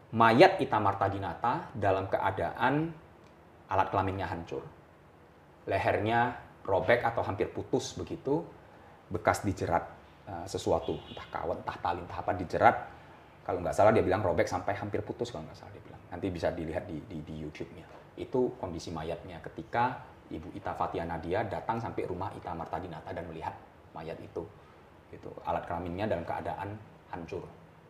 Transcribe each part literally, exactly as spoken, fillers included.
mayat Ita Martadinata dalam keadaan alat kelaminnya hancur. Lehernya robek atau hampir putus begitu, bekas dijerat uh, sesuatu, entah kawan, entah tali, entah apa dijerat. Kalau nggak salah dia bilang robek sampai hampir putus kalau nggak salah dia bilang. Nanti bisa dilihat di, di, di YouTube-nya. Itu kondisi mayatnya ketika Ibu Ita Fathia Nadia datang sampai rumah Ita Martadinata dan melihat mayat itu. Gitu. Alat kelaminnya dalam keadaan hancur.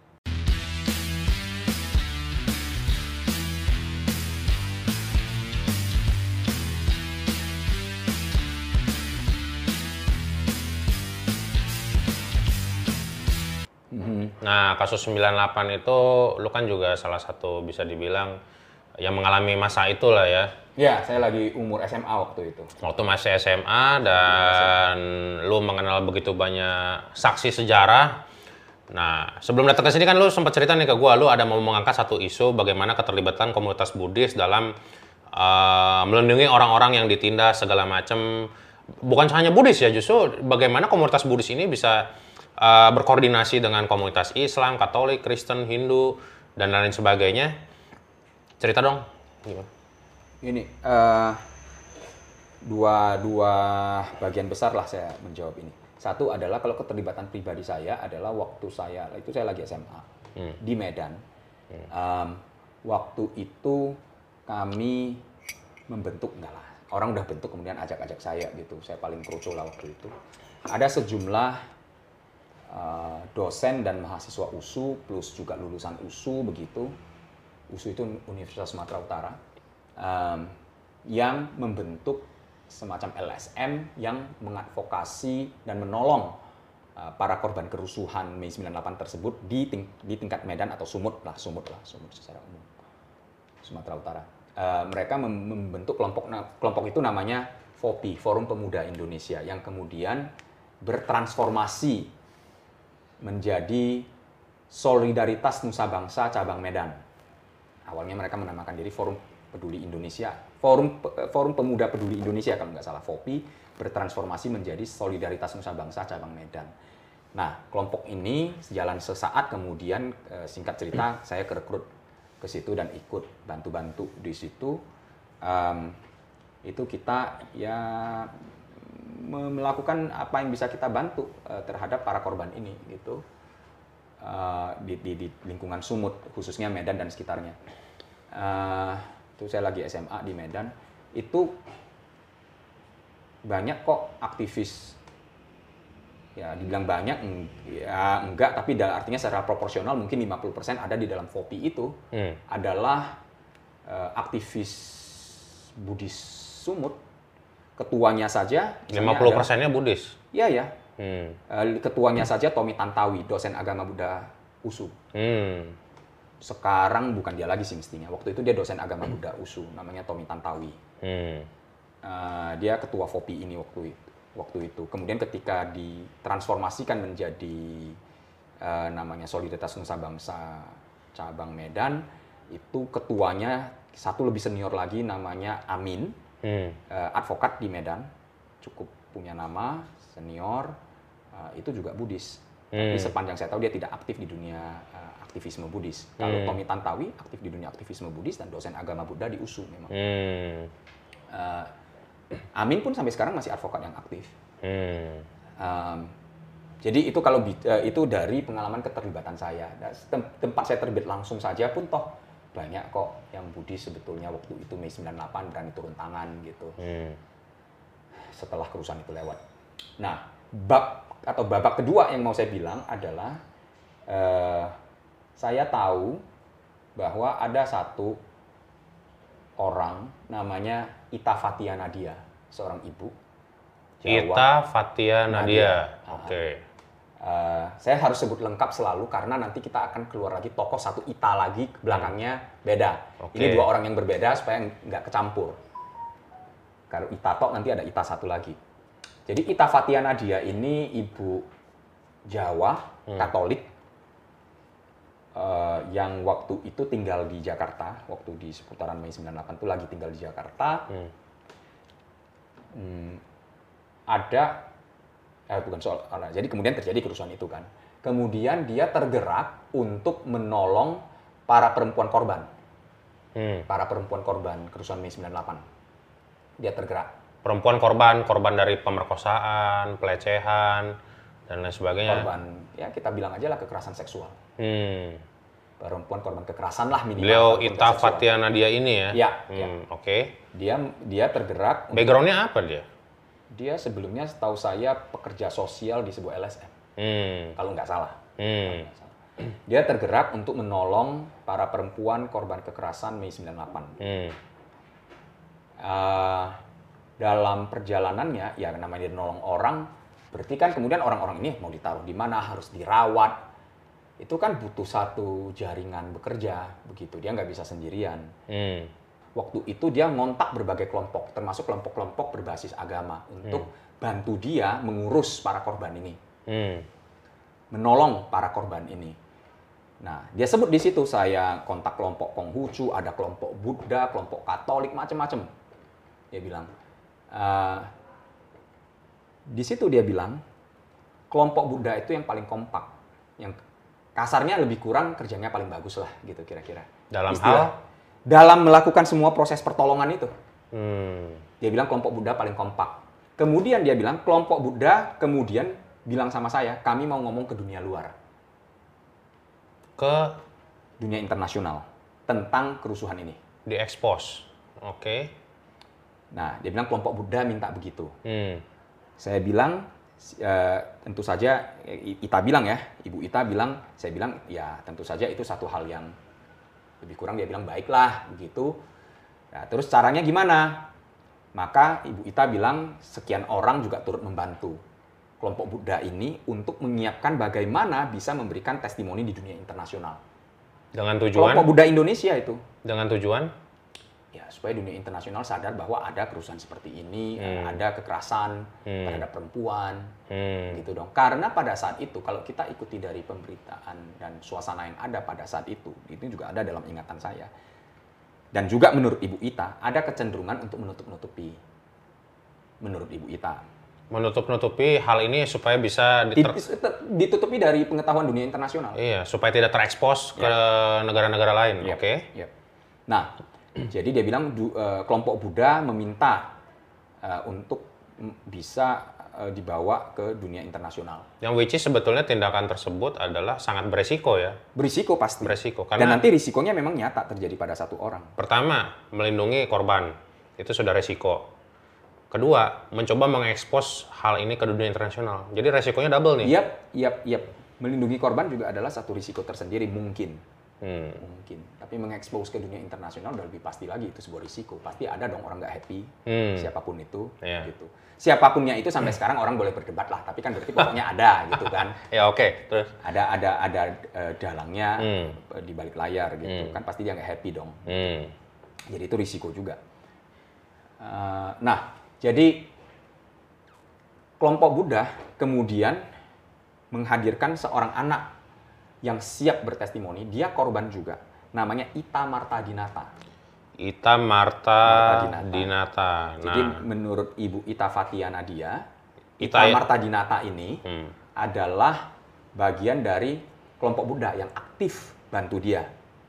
Nah, kasus sembilan delapan itu lu kan juga salah satu bisa dibilang yang mengalami masa itulah ya. Ya, saya lagi umur S M A waktu itu. Waktu masih S M A dan lu mengenal begitu banyak saksi sejarah. Nah, sebelum datang ke sini kan lu sempat cerita nih ke gua, lu ada mau mengangkat satu isu bagaimana keterlibatan komunitas Buddhis dalam uh, melindungi orang-orang yang ditindas segala macam. Bukan hanya Buddhis ya, justru bagaimana komunitas Buddhis ini bisa Uh, berkoordinasi dengan komunitas Islam, Katolik, Kristen, Hindu, dan lain sebagainya. Cerita dong. Gimana? Ini uh, dua dua bagian besar lah saya menjawab ini. Satu adalah kalau keterlibatan pribadi saya adalah waktu saya itu saya lagi S M A hmm. di Medan. Hmm. Um, waktu itu kami membentuk enggak lah. Orang udah bentuk kemudian ajak-ajak saya gitu. Saya paling kroco lah waktu itu. Ada sejumlah Uh, dosen dan mahasiswa U S U plus juga lulusan U S U begitu, U S U itu Universitas Sumatera Utara, um, yang membentuk semacam L S M yang mengadvokasi dan menolong uh, para korban kerusuhan Mei sembilan delapan tersebut di, ting di tingkat Medan atau Sumut lah, Sumut lah, Sumut secara umum, Sumatera Utara. Uh, mereka mem membentuk kelompok kelompok itu namanya F O P I, Forum Pemuda Indonesia, yang kemudian bertransformasi menjadi Solidaritas Nusa Bangsa Cabang Medan. Awalnya mereka menamakan diri Forum Peduli Indonesia, Forum Forum Pemuda Peduli Indonesia kalau nggak salah, F O P I, bertransformasi menjadi Solidaritas Nusa Bangsa Cabang Medan. Nah, kelompok ini sejalan sesaat kemudian, singkat cerita, saya kerekrut ke situ dan ikut bantu-bantu di situ. Um, itu kita ya melakukan apa yang bisa kita bantu uh, terhadap para korban ini gitu uh, di, di, di lingkungan Sumut khususnya Medan dan sekitarnya. Uh, itu saya lagi S M A di Medan, itu banyak kok aktivis, ya dibilang banyak ya enggak, tapi artinya secara proporsional mungkin lima puluh persen ada di dalam F O P I itu hmm. adalah uh, aktivis Buddhis Sumut. Ketuanya saja lima puluh persennya Buddhis? Iya ya. Hmm. Ketuanya saja Tommy Tantawi, dosen agama Buddha U S U. Hmm. Sekarang bukan dia lagi sih mestinya. Waktu itu dia dosen agama hmm. Buddha U S U, namanya Tommy Tantawi. Hmm. Uh, dia ketua F O P I ini waktu itu. Waktu itu. Kemudian ketika ditransformasikan menjadi uh, namanya Solidaritas Nusa Bangsa Cabang Medan, itu ketuanya satu lebih senior lagi namanya Amin. Hmm. Uh, advokat di Medan, cukup punya nama, senior, uh, itu juga Buddhis. Hmm. Tapi sepanjang saya tahu dia tidak aktif di dunia uh, aktivisme Buddhis. Hmm. Kalau Tommy Tantawi aktif di dunia aktivisme Buddhis dan dosen agama Buddha di U S U memang. Hmm. Uh, Amin pun sampai sekarang masih advokat yang aktif. Hmm. Um, jadi itu kalau uh, itu dari pengalaman keterlibatan saya. Tem tempat saya terlibat langsung saja pun toh banyak kok yang Buddhis sebetulnya waktu itu Mei sembilan delapan berani turun tangan gitu. Hmm. Setelah kerusuhan itu lewat. Nah, bab atau babak kedua yang mau saya bilang adalah uh, saya tahu bahwa ada satu orang namanya Ita Fathia Nadia, seorang ibu Jawa. Ita Fathia Nadia. Nadia. Oke. Okay. Uh, saya harus sebut lengkap selalu karena nanti kita akan keluar lagi tokoh satu Ita lagi belakangnya beda. Okay. Ini dua orang yang berbeda supaya nggak kecampur. Kalau Ita tok nanti ada Ita satu lagi. Jadi Ita Fathia Nadia ini ibu Jawa hmm. Katolik uh, yang waktu itu tinggal di Jakarta, waktu di seputaran Mei sembilan delapan itu lagi tinggal di Jakarta. Hmm. Hmm, ada Eh, bukan soal, jadi kemudian terjadi kerusuhan itu kan. Kemudian dia tergerak untuk menolong para perempuan korban. Hmm. Para perempuan korban kerusuhan Mei sembilan puluh delapan. Dia tergerak. Perempuan korban, korban dari pemerkosaan, pelecehan, dan lain sebagainya. Korban, ya kita bilang aja lah kekerasan seksual. Hmm. Perempuan korban kekerasan lah minimal. Beliau Ita Fathia Nadia ini ya? Ya. Hmm, ya. Oke. Okay. Dia dia tergerak. Backgroundnya apa dia? Dia sebelumnya setahu saya pekerja sosial di sebuah L S M. Hmm. Kalau nggak salah. Hmm. Dia tergerak untuk menolong para perempuan korban kekerasan Mei sembilan puluh delapan. Hmm. Uh, dalam perjalanannya, ya namanya dia nolong orang, berarti kan kemudian orang-orang ini mau ditaruh di mana, harus dirawat. Itu kan butuh satu jaringan bekerja, begitu. Dia nggak bisa sendirian. Hmm. Waktu itu dia ngontak berbagai kelompok, termasuk kelompok-kelompok berbasis agama, untuk hmm. bantu dia mengurus para korban ini. Hmm. Menolong para korban ini. Nah, dia sebut di situ, saya kontak kelompok Konghucu, ada kelompok Buddha, kelompok Katolik, macam-macam. Dia bilang, uh, di situ dia bilang, kelompok Buddha itu yang paling kompak, yang kasarnya lebih kurang kerjanya paling bagus lah, gitu kira-kira. Dalam Istilah, hal? Dalam melakukan semua proses pertolongan itu. Hmm. Dia bilang kelompok Buddha paling kompak. Kemudian dia bilang, kelompok Buddha kemudian bilang sama saya, kami mau ngomong ke dunia luar. Ke dunia internasional tentang kerusuhan ini. Diekspos. Oke. Okay. Nah, dia bilang kelompok Buddha minta begitu. Hmm. Saya bilang, uh, tentu saja, Ita bilang ya, Ibu Ita bilang, saya bilang, ya tentu saja itu satu hal yang lebih kurang dia bilang baiklah, begitu. Nah, terus caranya gimana? Maka Ibu Ita bilang, sekian orang juga turut membantu kelompok Buddha ini untuk menyiapkan bagaimana bisa memberikan testimoni di dunia internasional. Dengan tujuan? Kelompok Buddha Indonesia itu. Dengan tujuan? Ya, supaya dunia internasional sadar bahwa ada kerusuhan seperti ini, hmm. ada kekerasan hmm. terhadap perempuan, hmm. gitu dong. Karena pada saat itu, kalau kita ikuti dari pemberitaan dan suasana yang ada pada saat itu, itu juga ada dalam ingatan saya. Dan juga menurut Ibu Ita, ada kecenderungan untuk menutup-nutupi. Menurut Ibu Ita. Menutup-nutupi hal ini supaya bisa diter... ditutupi dari pengetahuan dunia internasional. Iya, supaya tidak terekspos ke negara-negara lain. Yep. Oke. Okay. Yep. Nah, jadi dia bilang du, uh, kelompok Buddha meminta uh, untuk bisa uh, dibawa ke dunia internasional. Yang which is sebetulnya tindakan tersebut adalah sangat beresiko ya. Berisiko pasti. Beresiko. Karena dan nanti risikonya memang nyata terjadi pada satu orang. Pertama, melindungi korban. Itu sudah resiko. Kedua, mencoba mengekspos hal ini ke dunia internasional. Jadi resikonya double nih. Yap, yap, yap. Melindungi korban juga adalah satu risiko tersendiri mungkin. Hmm. Mungkin. Tapi mengekspos ke dunia internasional udah lebih pasti lagi, itu sebuah risiko. Pasti ada dong orang nggak happy, hmm. siapapun itu. Yeah. Gitu. Siapapunnya itu sampai sekarang orang boleh berdebat lah. Tapi kan berarti pokoknya ada gitu kan. Ya oke. Okay. Terus? Ada ada ada uh, dalangnya hmm. di balik layar gitu. Hmm. Kan pasti dia nggak happy dong. Hmm. Jadi itu risiko juga. Uh, nah. Jadi, kelompok Buddha kemudian menghadirkan seorang anak yang siap bertestimoni. Dia korban juga. Namanya Ita Marta Dinata. Ita Marta, Marta Dinata. Dinata. Nah. Jadi, menurut Ibu Ita Fathia Nadia, Ita, Ita Marta Dinata ini hmm. adalah bagian dari kelompok Buddha yang aktif bantu dia.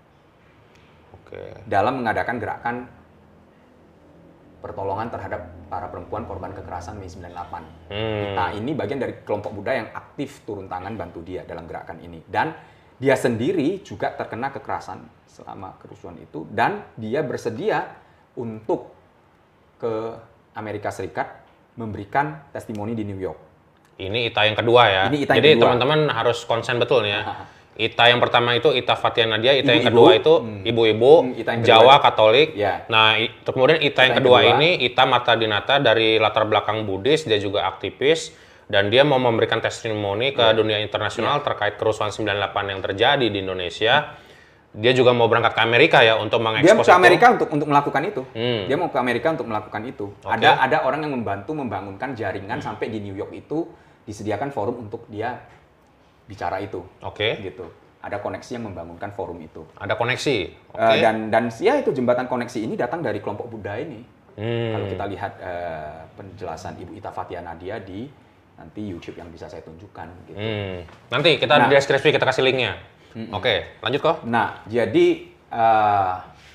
Oke. Dalam mengadakan gerakan pertolongan terhadap para perempuan korban kekerasan Mei sembilan puluh delapan. Hmm. Ita ini bagian dari kelompok Buddha yang aktif turun tangan bantu dia dalam gerakan ini. Dan dia sendiri juga terkena kekerasan selama kerusuhan itu. Dan dia bersedia untuk ke Amerika Serikat memberikan testimoni di New York. Ini Ita yang kedua ya? Ini Ita yang Jadi kedua. Teman-teman harus konsen betul nih ya. Ita yang pertama itu Ita Fathia Nadia, Ita ibu, yang kedua ibu, itu ibu-ibu hmm, Jawa Katolik. Ya. Nah, kemudian Ita, Ita yang kedua, kedua ini Ita Marta Dinata dari latar belakang Buddhis, dia juga aktivis dan dia mau memberikan testimoni ke ya. dunia internasional ya. terkait kerusuhan sembilan puluh delapan yang terjadi di Indonesia. Dia juga mau berangkat ke Amerika ya untuk mengekspos itu. Dia ke Amerika itu. untuk untuk melakukan itu. Hmm. Dia mau ke Amerika untuk melakukan itu. Okay. Ada ada orang yang membantu membangunkan jaringan hmm. sampai di New York itu disediakan forum untuk dia bicara itu. Oke. Okay. Gitu. Ada koneksi yang membangunkan forum itu. Ada koneksi. Oke. Okay. Uh, dan dan ya itu jembatan koneksi ini datang dari kelompok Buddha ini. Hmm. Kalau kita lihat uh, penjelasan Ibu Ita Fathia Nadia di nanti YouTube yang bisa saya tunjukkan. Gitu. Hmm. Nanti kita nah, di deskripsi kita kasih linknya. Mm-hmm. Oke, lanjut kok. Nah, jadi uh,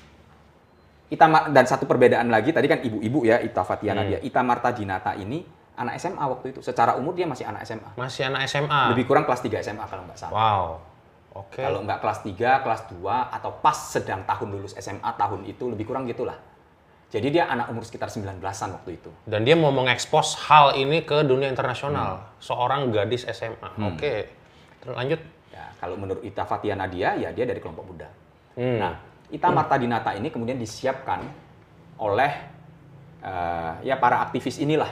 Ita dan satu perbedaan lagi tadi kan ibu-ibu ya, Ita Fatiana hmm. dia. Ita Martadinata ini anak S M A waktu itu. Secara umur dia masih anak S M A. Masih anak S M A. Lebih kurang kelas tiga S M A kalau nggak salah. Wow. Oke. Okay. Kalau nggak kelas tiga, kelas dua atau pas sedang tahun lulus S M A tahun itu lebih kurang gitulah. Jadi dia anak umur sekitar sembilan belasan waktu itu. Dan dia mau mengekspos hal ini ke dunia internasional. Hmm. Seorang gadis S M A. Hmm. Oke. Okay. Terus lanjut. Ya, kalau menurut Ita Fatiana dia, ya dia dari kelompok Buddha. Hmm. Nah, Ita Martadinata ini kemudian disiapkan oleh uh, ya para aktivis inilah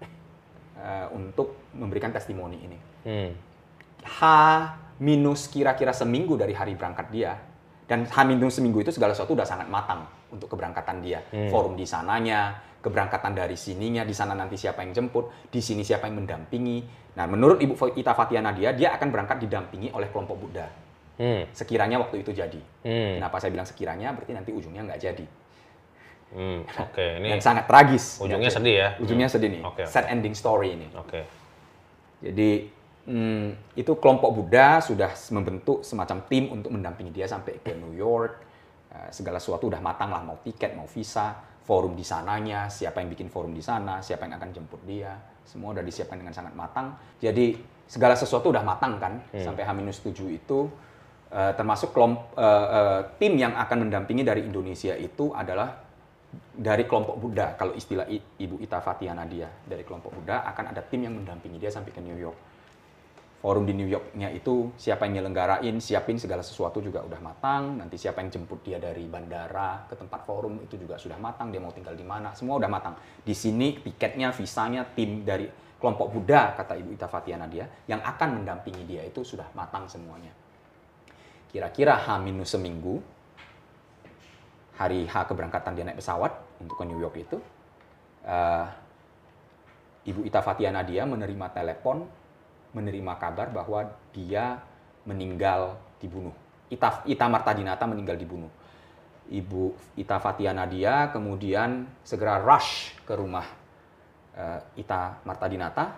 uh, untuk memberikan testimoni ini. Hmm. H minus kira-kira seminggu dari hari berangkat dia, dan H minus seminggu itu segala sesuatu udah sangat matang untuk keberangkatan dia. Hmm. Forum di sananya, keberangkatan dari sininya, di sana nanti siapa yang jemput, di sini siapa yang mendampingi. Nah, menurut Ibu Ita Fatiana dia, dia akan berangkat didampingi oleh kelompok Buddha. Hmm. Sekiranya waktu itu jadi. Hmm. Kenapa saya bilang sekiranya? Berarti nanti ujungnya nggak jadi. Hmm, Oke, okay. Ini dan sangat tragis. Ujungnya ya, sedih ya? Ujungnya hmm. sedih nih. Okay, Sad okay. ending story ini. Oke. Okay. Jadi hmm, itu kelompok Buddha sudah membentuk semacam tim untuk mendampingi dia sampai ke New York. Uh, segala sesuatu udah matang lah, mau tiket, mau visa, forum di sananya, siapa yang bikin forum di sana, siapa yang akan jemput dia, semua udah disiapkan dengan sangat matang. Jadi segala sesuatu udah matang kan, hmm. sampai H minus tujuh itu. Uh, termasuk kelomp, uh, uh, tim yang akan mendampingi dari Indonesia itu adalah dari kelompok Buddha. Kalau istilah Ibu Ita Fatiana dia dari kelompok Buddha, akan ada tim yang mendampingi dia sampai ke New York. Forum di New York-nya itu siapa yang nyelenggarain, siapin segala sesuatu juga udah matang. Nanti siapa yang jemput dia dari bandara ke tempat forum itu juga sudah matang. Dia mau tinggal di mana, semua udah matang. Di sini tiketnya, visanya, tim dari kelompok Buddha kata Ibu Ita Fatiana dia yang akan mendampingi dia itu sudah matang semuanya. Kira-kira H minus seminggu, hari H keberangkatan dia naik pesawat untuk ke New York itu, uh, Ibu Ita Fatiana dia menerima telepon, menerima kabar bahwa dia meninggal dibunuh. Ita, Ita Martadinata meninggal dibunuh. Ibu Ita Fatiana dia kemudian segera rush ke rumah uh, Ita Martadinata.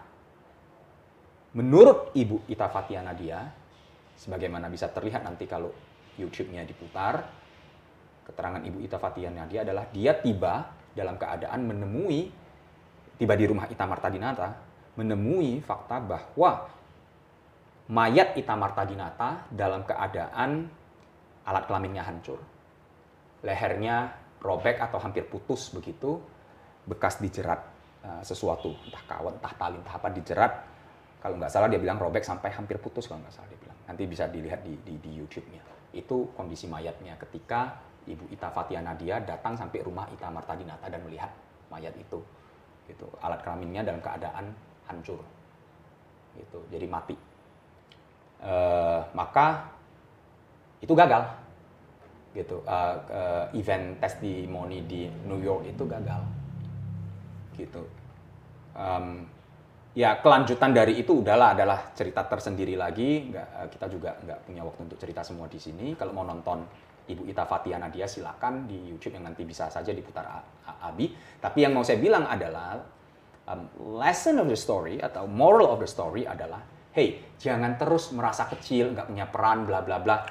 Menurut Ibu Ita Fatiana dia, sebagaimana bisa terlihat nanti kalau YouTube-nya diputar, keterangan Ibu Ita Fatiana dia adalah dia tiba dalam keadaan menemui, tiba di rumah Ita Martadinata, menemui fakta bahwa mayat Ita Martadinata dalam keadaan alat kelaminnya hancur. Lehernya robek atau hampir putus begitu, bekas dijerat uh, sesuatu, entah kawan, entah tali, entah apa dijerat. Kalau nggak salah dia bilang robek sampai hampir putus kalau nggak salah dia bilang. Nanti bisa dilihat di, di, di YouTube-nya. Itu kondisi mayatnya ketika Ibu Ita Fatiana dia datang sampai rumah Ita Martadinata dan melihat mayat itu. Gitu. Alat kelaminnya dalam keadaan hancur. Gitu. Jadi mati. E, maka itu gagal. Gitu. E, e, event testimoni di New York itu gagal. Gitu. Um, Ya kelanjutan dari itu udahlah adalah cerita tersendiri lagi. Nggak, kita juga nggak punya waktu untuk cerita semua di sini. Kalau mau nonton Ibu Ita Fatiana dia silakan di YouTube yang nanti bisa saja diputar Abi. Tapi yang mau saya bilang adalah um, lesson of the story atau moral of the story adalah, hey jangan terus merasa kecil, nggak punya peran, bla bla bla.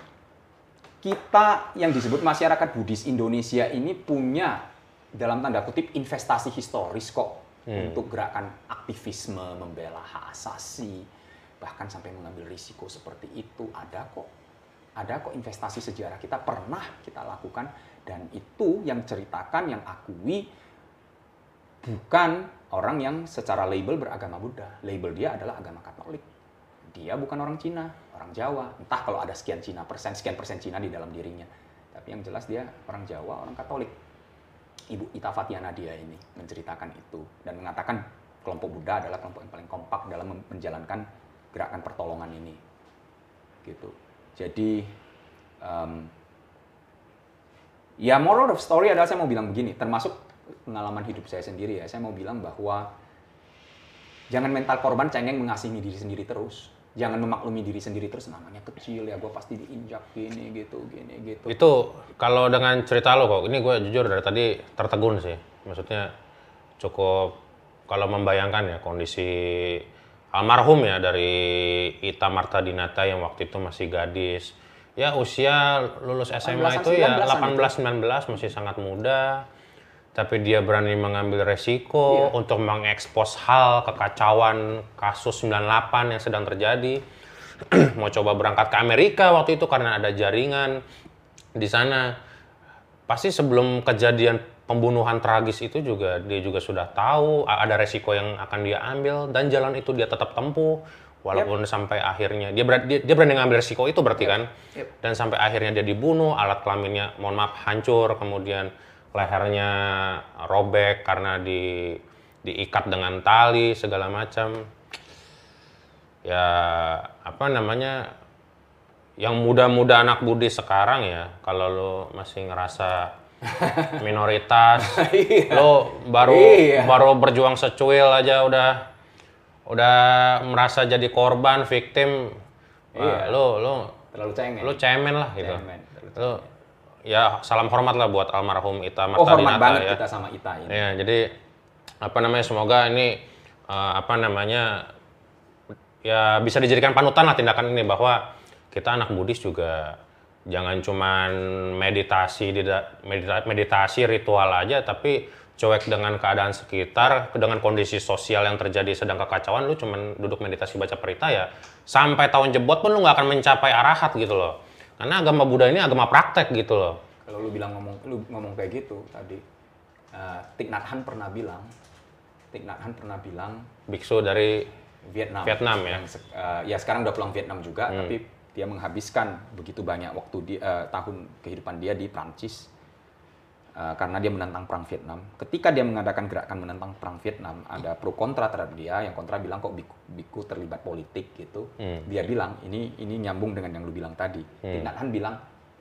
Kita yang disebut masyarakat Buddhis Indonesia ini punya dalam tanda kutip investasi historis kok. Hmm. Untuk gerakan aktivisme, membela hak asasi, bahkan sampai mengambil risiko seperti itu, ada kok. Ada kok investasi sejarah kita pernah kita lakukan, dan itu yang ceritakan, yang akui bukan orang yang secara label beragama Buddha. Label dia adalah agama Katolik. Dia bukan orang Cina, orang Jawa. Entah kalau ada sekian Cina persen, sekian persen Cina di dalam dirinya. Tapi yang jelas dia orang Jawa, orang Katolik. Ibu Ita Fatiana dia ini menceritakan itu dan mengatakan kelompok Buddha adalah kelompok yang paling kompak dalam menjalankan gerakan pertolongan ini, gitu. Jadi um, ya moral of story adalah saya mau bilang begini, termasuk pengalaman hidup saya sendiri ya, saya mau bilang bahwa jangan mental korban cengeng mengasihi diri sendiri terus. Jangan memaklumi diri sendiri terus, namanya kecil ya, gue pasti diinjak gini gitu, gini gitu. Itu kalau dengan cerita lo kok, ini gue jujur dari tadi tertegun sih. Maksudnya cukup kalau membayangkan ya kondisi almarhum ya dari Ita Marta Dinata yang waktu itu masih gadis. Ya usia lulus S M A itu ya delapan belas sembilan belas masih sangat muda. Tapi dia berani mengambil resiko iya. untuk mengekspos hal kekacauan kasus sembilan delapan yang sedang terjadi. Mau coba berangkat ke Amerika waktu itu karena ada jaringan di sana. Pasti sebelum kejadian pembunuhan tragis itu juga dia juga sudah tahu ada resiko yang akan dia ambil dan jalan itu dia tetap tempuh. Walaupun yep. sampai akhirnya dia berani, dia, dia berani ngambil resiko itu berarti yep. kan, yep. dan sampai akhirnya dia dibunuh, alat kelaminnya mohon maaf hancur, kemudian lehernya robek karena di diikat dengan tali segala macam. Ya apa namanya, yang muda-muda anak Buddhis sekarang ya, kalau lo masih ngerasa minoritas, lo baru iya. baru berjuang secuil aja udah udah merasa jadi korban, victim, iya. lo lo terlalu cemen, lo cemen lah gitu. Cemen. Lo ya salam hormat lah buat almarhum Ita Marta Dinata. Oh hormat Dinata, banget ya. kita sama Ita ini. Ya jadi apa namanya semoga ini uh, apa namanya ya bisa dijadikan panutan lah tindakan ini bahwa kita anak Buddhis juga jangan cuman meditasi medita, meditasi ritual aja tapi cuek dengan keadaan sekitar, dengan kondisi sosial yang terjadi sedang kekacauan, lu cuman duduk meditasi baca perita ya, sampai tahun jebot pun lu nggak akan mencapai arahat gitu loh. Karena agama Buddha ini agama praktek gitu loh. Kalau lu bilang ngomong, lu ngomong kayak gitu tadi, uh, Thich Nhat Hanh pernah bilang, Thich Nhat Hanh pernah bilang, biksu dari Vietnam, Vietnam ya, yang, uh, ya sekarang udah pulang Vietnam juga, hmm. tapi dia menghabiskan begitu banyak waktu di uh, tahun kehidupan dia di Prancis. Uh, karena dia menentang perang Vietnam. Ketika dia mengadakan gerakan menentang perang Vietnam, ada pro kontra terhadap dia. Yang kontra bilang kok biku, biku terlibat politik gitu. Hmm. Dia bilang ini ini nyambung dengan yang lu bilang tadi. Hmm. Thich Nhat Hanh bilang,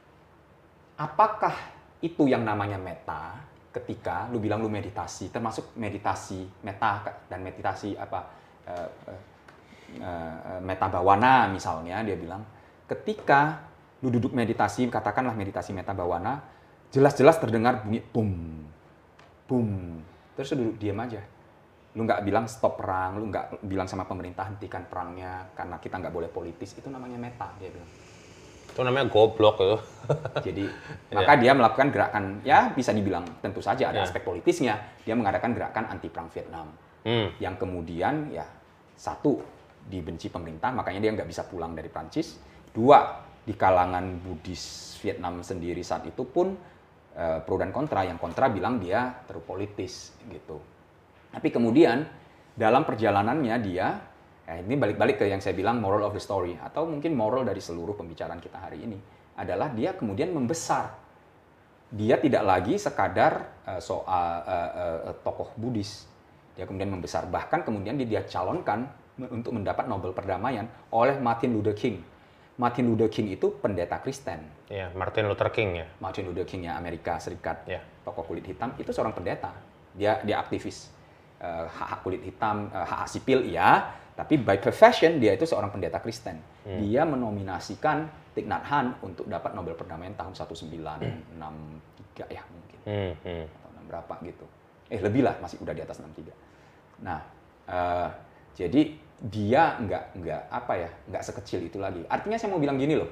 apakah itu yang namanya meta? Ketika lu bilang lu meditasi, termasuk meditasi meta dan meditasi apa uh, uh, uh, meta bawana misalnya, dia bilang, ketika lu duduk meditasi, katakanlah meditasi meta bawana, jelas-jelas terdengar bunyi bum, bum, terus lu duduk diam aja. Lu nggak bilang stop perang, lu nggak bilang sama pemerintah hentikan perangnya karena kita nggak boleh politis, itu namanya meta, dia bilang. Itu namanya goblok itu. Jadi maka dia melakukan gerakan, ya bisa dibilang tentu saja ada yeah. aspek politisnya. Dia mengadakan gerakan anti perang Vietnam, hmm. yang kemudian ya satu dibenci pemerintah, makanya dia nggak bisa pulang dari Prancis. Dua, di kalangan Buddhis Vietnam sendiri saat itu pun Uh, pro dan kontra, yang kontra bilang dia terlalu politis gitu. Tapi kemudian dalam perjalanannya dia, eh, ini balik-balik ke yang saya bilang moral of the story, atau mungkin moral dari seluruh pembicaraan kita hari ini, adalah dia kemudian membesar. Dia tidak lagi sekadar uh, soal uh, uh, tokoh Buddhis, dia kemudian membesar. Bahkan kemudian dia, dia calonkan untuk mendapat Nobel Perdamaian oleh Martin Luther King. Martin Luther King itu pendeta Kristen. Ya, Martin Luther King ya. Martin Luther King ya, Amerika Serikat, ya. Tokoh kulit hitam itu seorang pendeta. Dia dia aktivis uh, hak-hak kulit hitam, uh, hak-hak sipil iya, tapi by profession dia itu seorang pendeta Kristen. Hmm. Dia menominasikan Thich Nhat Hanh untuk dapat Nobel Perdamaian tahun seribu sembilan ratus enam puluh tiga ya mungkin. Hmm. Hmm. Atau enam berapa gitu. Eh lebih lah, masih udah di atas enam puluh tiga. Nah, uh, jadi dia nggak nggak apa ya nggak sekecil itu lagi. Artinya saya mau bilang gini loh,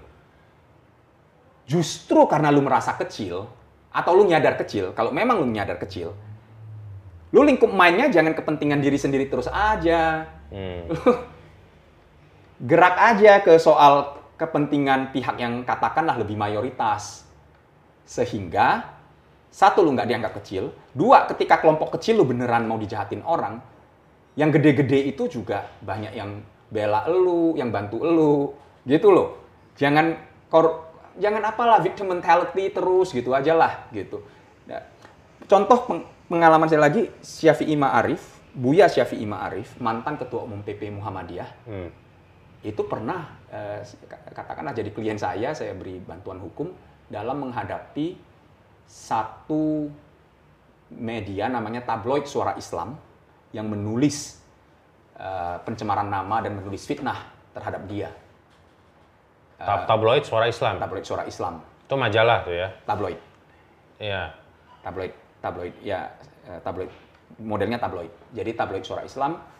justru karena lu merasa kecil atau lu nyadar kecil, kalau memang lu nyadar kecil, lu lingkup mainnya jangan kepentingan diri sendiri terus aja. Hmm. Gerak aja ke soal kepentingan pihak yang katakanlah lebih mayoritas, sehingga satu lu nggak dianggap kecil, dua ketika kelompok kecil lu beneran mau dijahatin orang, yang gede-gede itu juga banyak yang bela elu, yang bantu elu, gitu loh. Jangan kor, jangan apalah victim mentality terus gitu aja lah, gitu. Nah, contoh peng, pengalaman saya lagi, Syafi'i Ma'arif, Buya Syafi'i Ma'arif, mantan ketua umum P P Muhammadiyah, hmm. itu pernah eh, katakanlah jadi klien saya, saya beri bantuan hukum dalam menghadapi satu media namanya tabloid Suara Islam, yang menulis uh, pencemaran nama dan menulis fitnah terhadap dia. Uh, tabloid Suara Islam? Tabloid Suara Islam. Itu majalah tuh ya? Tabloid. Iya. Tabloid, tabloid, ya tabloid. Modelnya tabloid. Jadi tabloid Suara Islam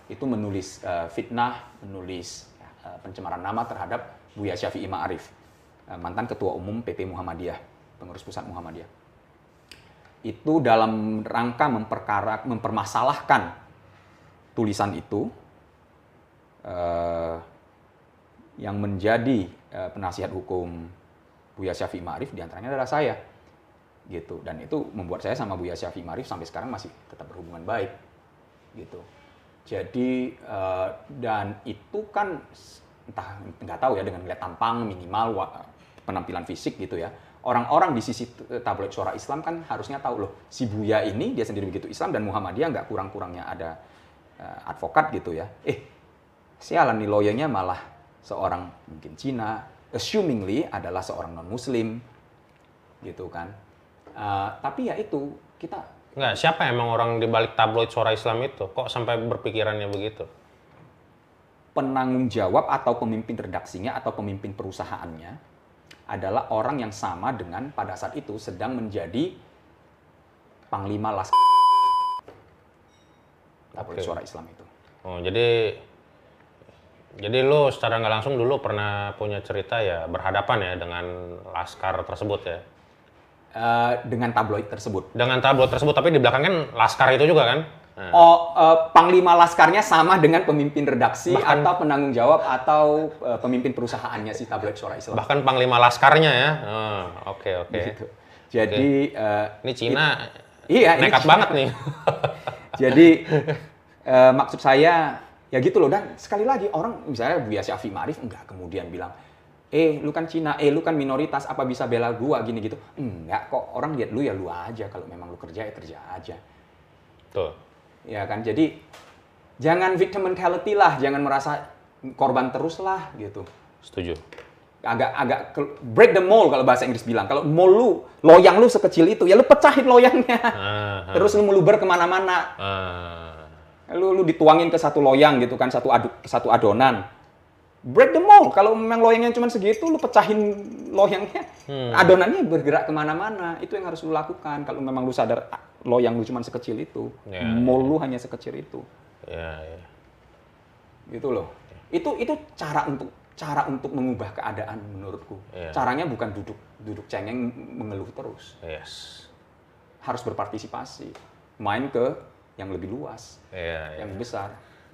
itu menulis uh, fitnah, menulis uh, pencemaran nama terhadap Buya Syafi'i Ma'arif, uh, mantan Ketua Umum P P Muhammadiyah, pengurus pusat Muhammadiyah. Itu dalam rangka memperkara, mempermasalahkan tulisan itu, uh, yang menjadi uh, penasihat hukum Buya Syafi'i Ma'arif diantaranya adalah saya, gitu. Dan itu membuat saya sama Buya Syafi'i Ma'arif sampai sekarang masih tetap berhubungan baik, gitu. Jadi uh, dan itu kan entah nggak tahu ya, dengan lihat tampang minimal penampilan fisik gitu ya. Orang-orang di sisi tabloid Suara Islam kan harusnya tahu loh, si Buya ini dia sendiri begitu Islam dan Muhammadiyah nggak kurang-kurangnya ada uh, advokat gitu ya. Eh, sialan nih lawyernya malah seorang mungkin Cina, assumingly adalah seorang non-Muslim, gitu kan. Uh, tapi ya itu kita Enggak, siapa emang orang di balik tabloid Suara Islam itu? Kok sampai berpikirannya begitu? Penanggung jawab atau pemimpin redaksinya atau pemimpin perusahaannya adalah orang yang sama dengan pada saat itu sedang menjadi Panglima Laskar tabloid Suara Islam itu. Oh, jadi jadi lo secara nggak langsung dulu pernah punya cerita ya, berhadapan ya dengan Laskar tersebut ya? Uh, dengan tabloid tersebut. Dengan tabloid tersebut, tapi di belakang kan Laskar itu juga kan? Nah. Oh, uh, Panglima Laskarnya sama dengan pemimpin redaksi bahkan, atau penanggung jawab atau uh, pemimpin perusahaannya si tabloid Suara Islam. Bahkan Panglima Laskarnya ya? Oke, oh, oke. Okay, okay. Gitu. Jadi... Okay. Uh, ini Cina it, iya, nekat ini banget nih. Jadi, uh, maksud saya, ya gitu loh. Dan sekali lagi, orang misalnya Buya Syafi'i Ma'arif enggak kemudian bilang, eh lu kan Cina, eh lu kan minoritas, apa bisa bela gua gini gitu. Enggak kok, orang lihat lu ya lu aja, kalau memang lu kerja ya kerja aja. Tuh. Ya kan, jadi jangan victim mentality lah, jangan merasa korban terus lah gitu. Setuju. Agak agak break the mold kalau bahasa Inggris bilang. Kalau mold lu, loyang lu sekecil itu, ya lu pecahin loyangnya. Uh, uh. Terus lu meluber kemana-mana. Uh. Lu lu dituangin ke satu loyang gitu kan, satu adu, satu adonan. Break the mold. Kalau memang loyangnya cuma segitu, lu pecahin loyangnya. Hmm. Adonannya bergerak kemana-mana. Itu yang harus lu lakukan. Kalau memang lu sadar loyang lu cuma sekecil itu. Ya, mold ya. Lu hanya sekecil itu. Ya, ya. Gitu loh. Itu itu cara untuk cara untuk mengubah keadaan menurutku. Ya. Caranya bukan duduk duduk cengeng mengeluh terus. Yes. Harus berpartisipasi. Main ke yang lebih luas. Ya, ya. Yang besar.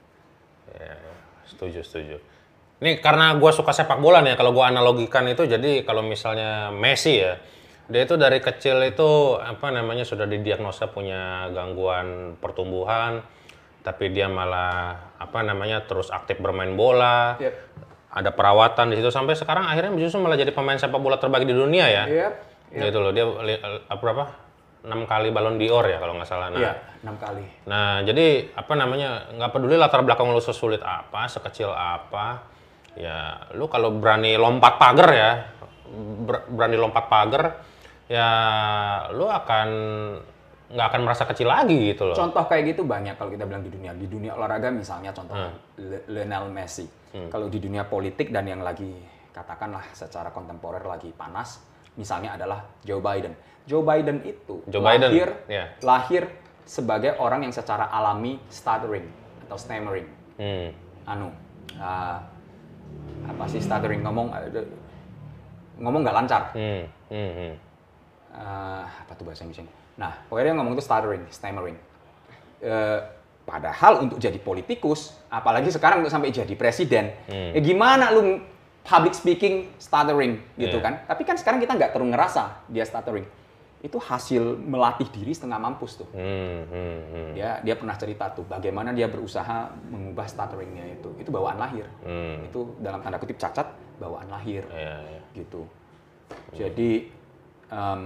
Ya, ya. Setuju, setuju. Ini karena gue suka sepak bola nih, kalau gue analogikan itu, jadi kalau misalnya Messi ya, dia itu dari kecil itu apa namanya sudah didiagnosa punya gangguan pertumbuhan, tapi dia malah apa namanya terus aktif bermain bola, yep. Ada perawatan di situ sampai sekarang akhirnya justru malah jadi pemain sepak bola terbaik di dunia ya, yep. Yep. Gitu loh, dia apa berapa enam kali Ballon d'Or ya kalau nggak salah. Nah, iya, enam kali. Nah jadi apa namanya nggak peduli latar belakang lu sesulit apa, sekecil apa. Ya, lu kalau berani lompat pagar ya, ber, berani lompat pagar, ya lu akan nggak akan merasa kecil lagi gitu loh. Contoh kayak gitu banyak kalau kita bilang di dunia. Di dunia olahraga misalnya contoh hmm. Lionel Messi. Hmm. Kalau di dunia politik dan yang lagi katakanlah secara kontemporer lagi panas, misalnya adalah Joe Biden. Joe Biden itu Joe lahir, Biden. Yeah. lahir sebagai orang yang secara alami stuttering atau stammering. Hmm. Anu, uh, apa sih stuttering, ngomong ngomong nggak lancar. Hmm. Hmm. Hmm. Uh, apa tuh bahasa Inggrisnya? Nah, pokoknya dia ngomong itu stuttering, stammering. Uh, padahal untuk jadi politikus, apalagi sekarang untuk sampai jadi presiden, hmm. ya gimana lu public speaking stuttering gitu yeah. kan? Tapi kan sekarang kita nggak terus ngerasa dia stuttering. Itu hasil melatih diri setengah mampus tuh. Hmm, hmm, hmm. Dia dia pernah cerita tuh bagaimana dia berusaha mengubah stutteringnya itu. Itu bawaan lahir. Hmm. Itu dalam tanda kutip cacat bawaan lahir. Yeah, yeah. Gitu. Hmm. Jadi um,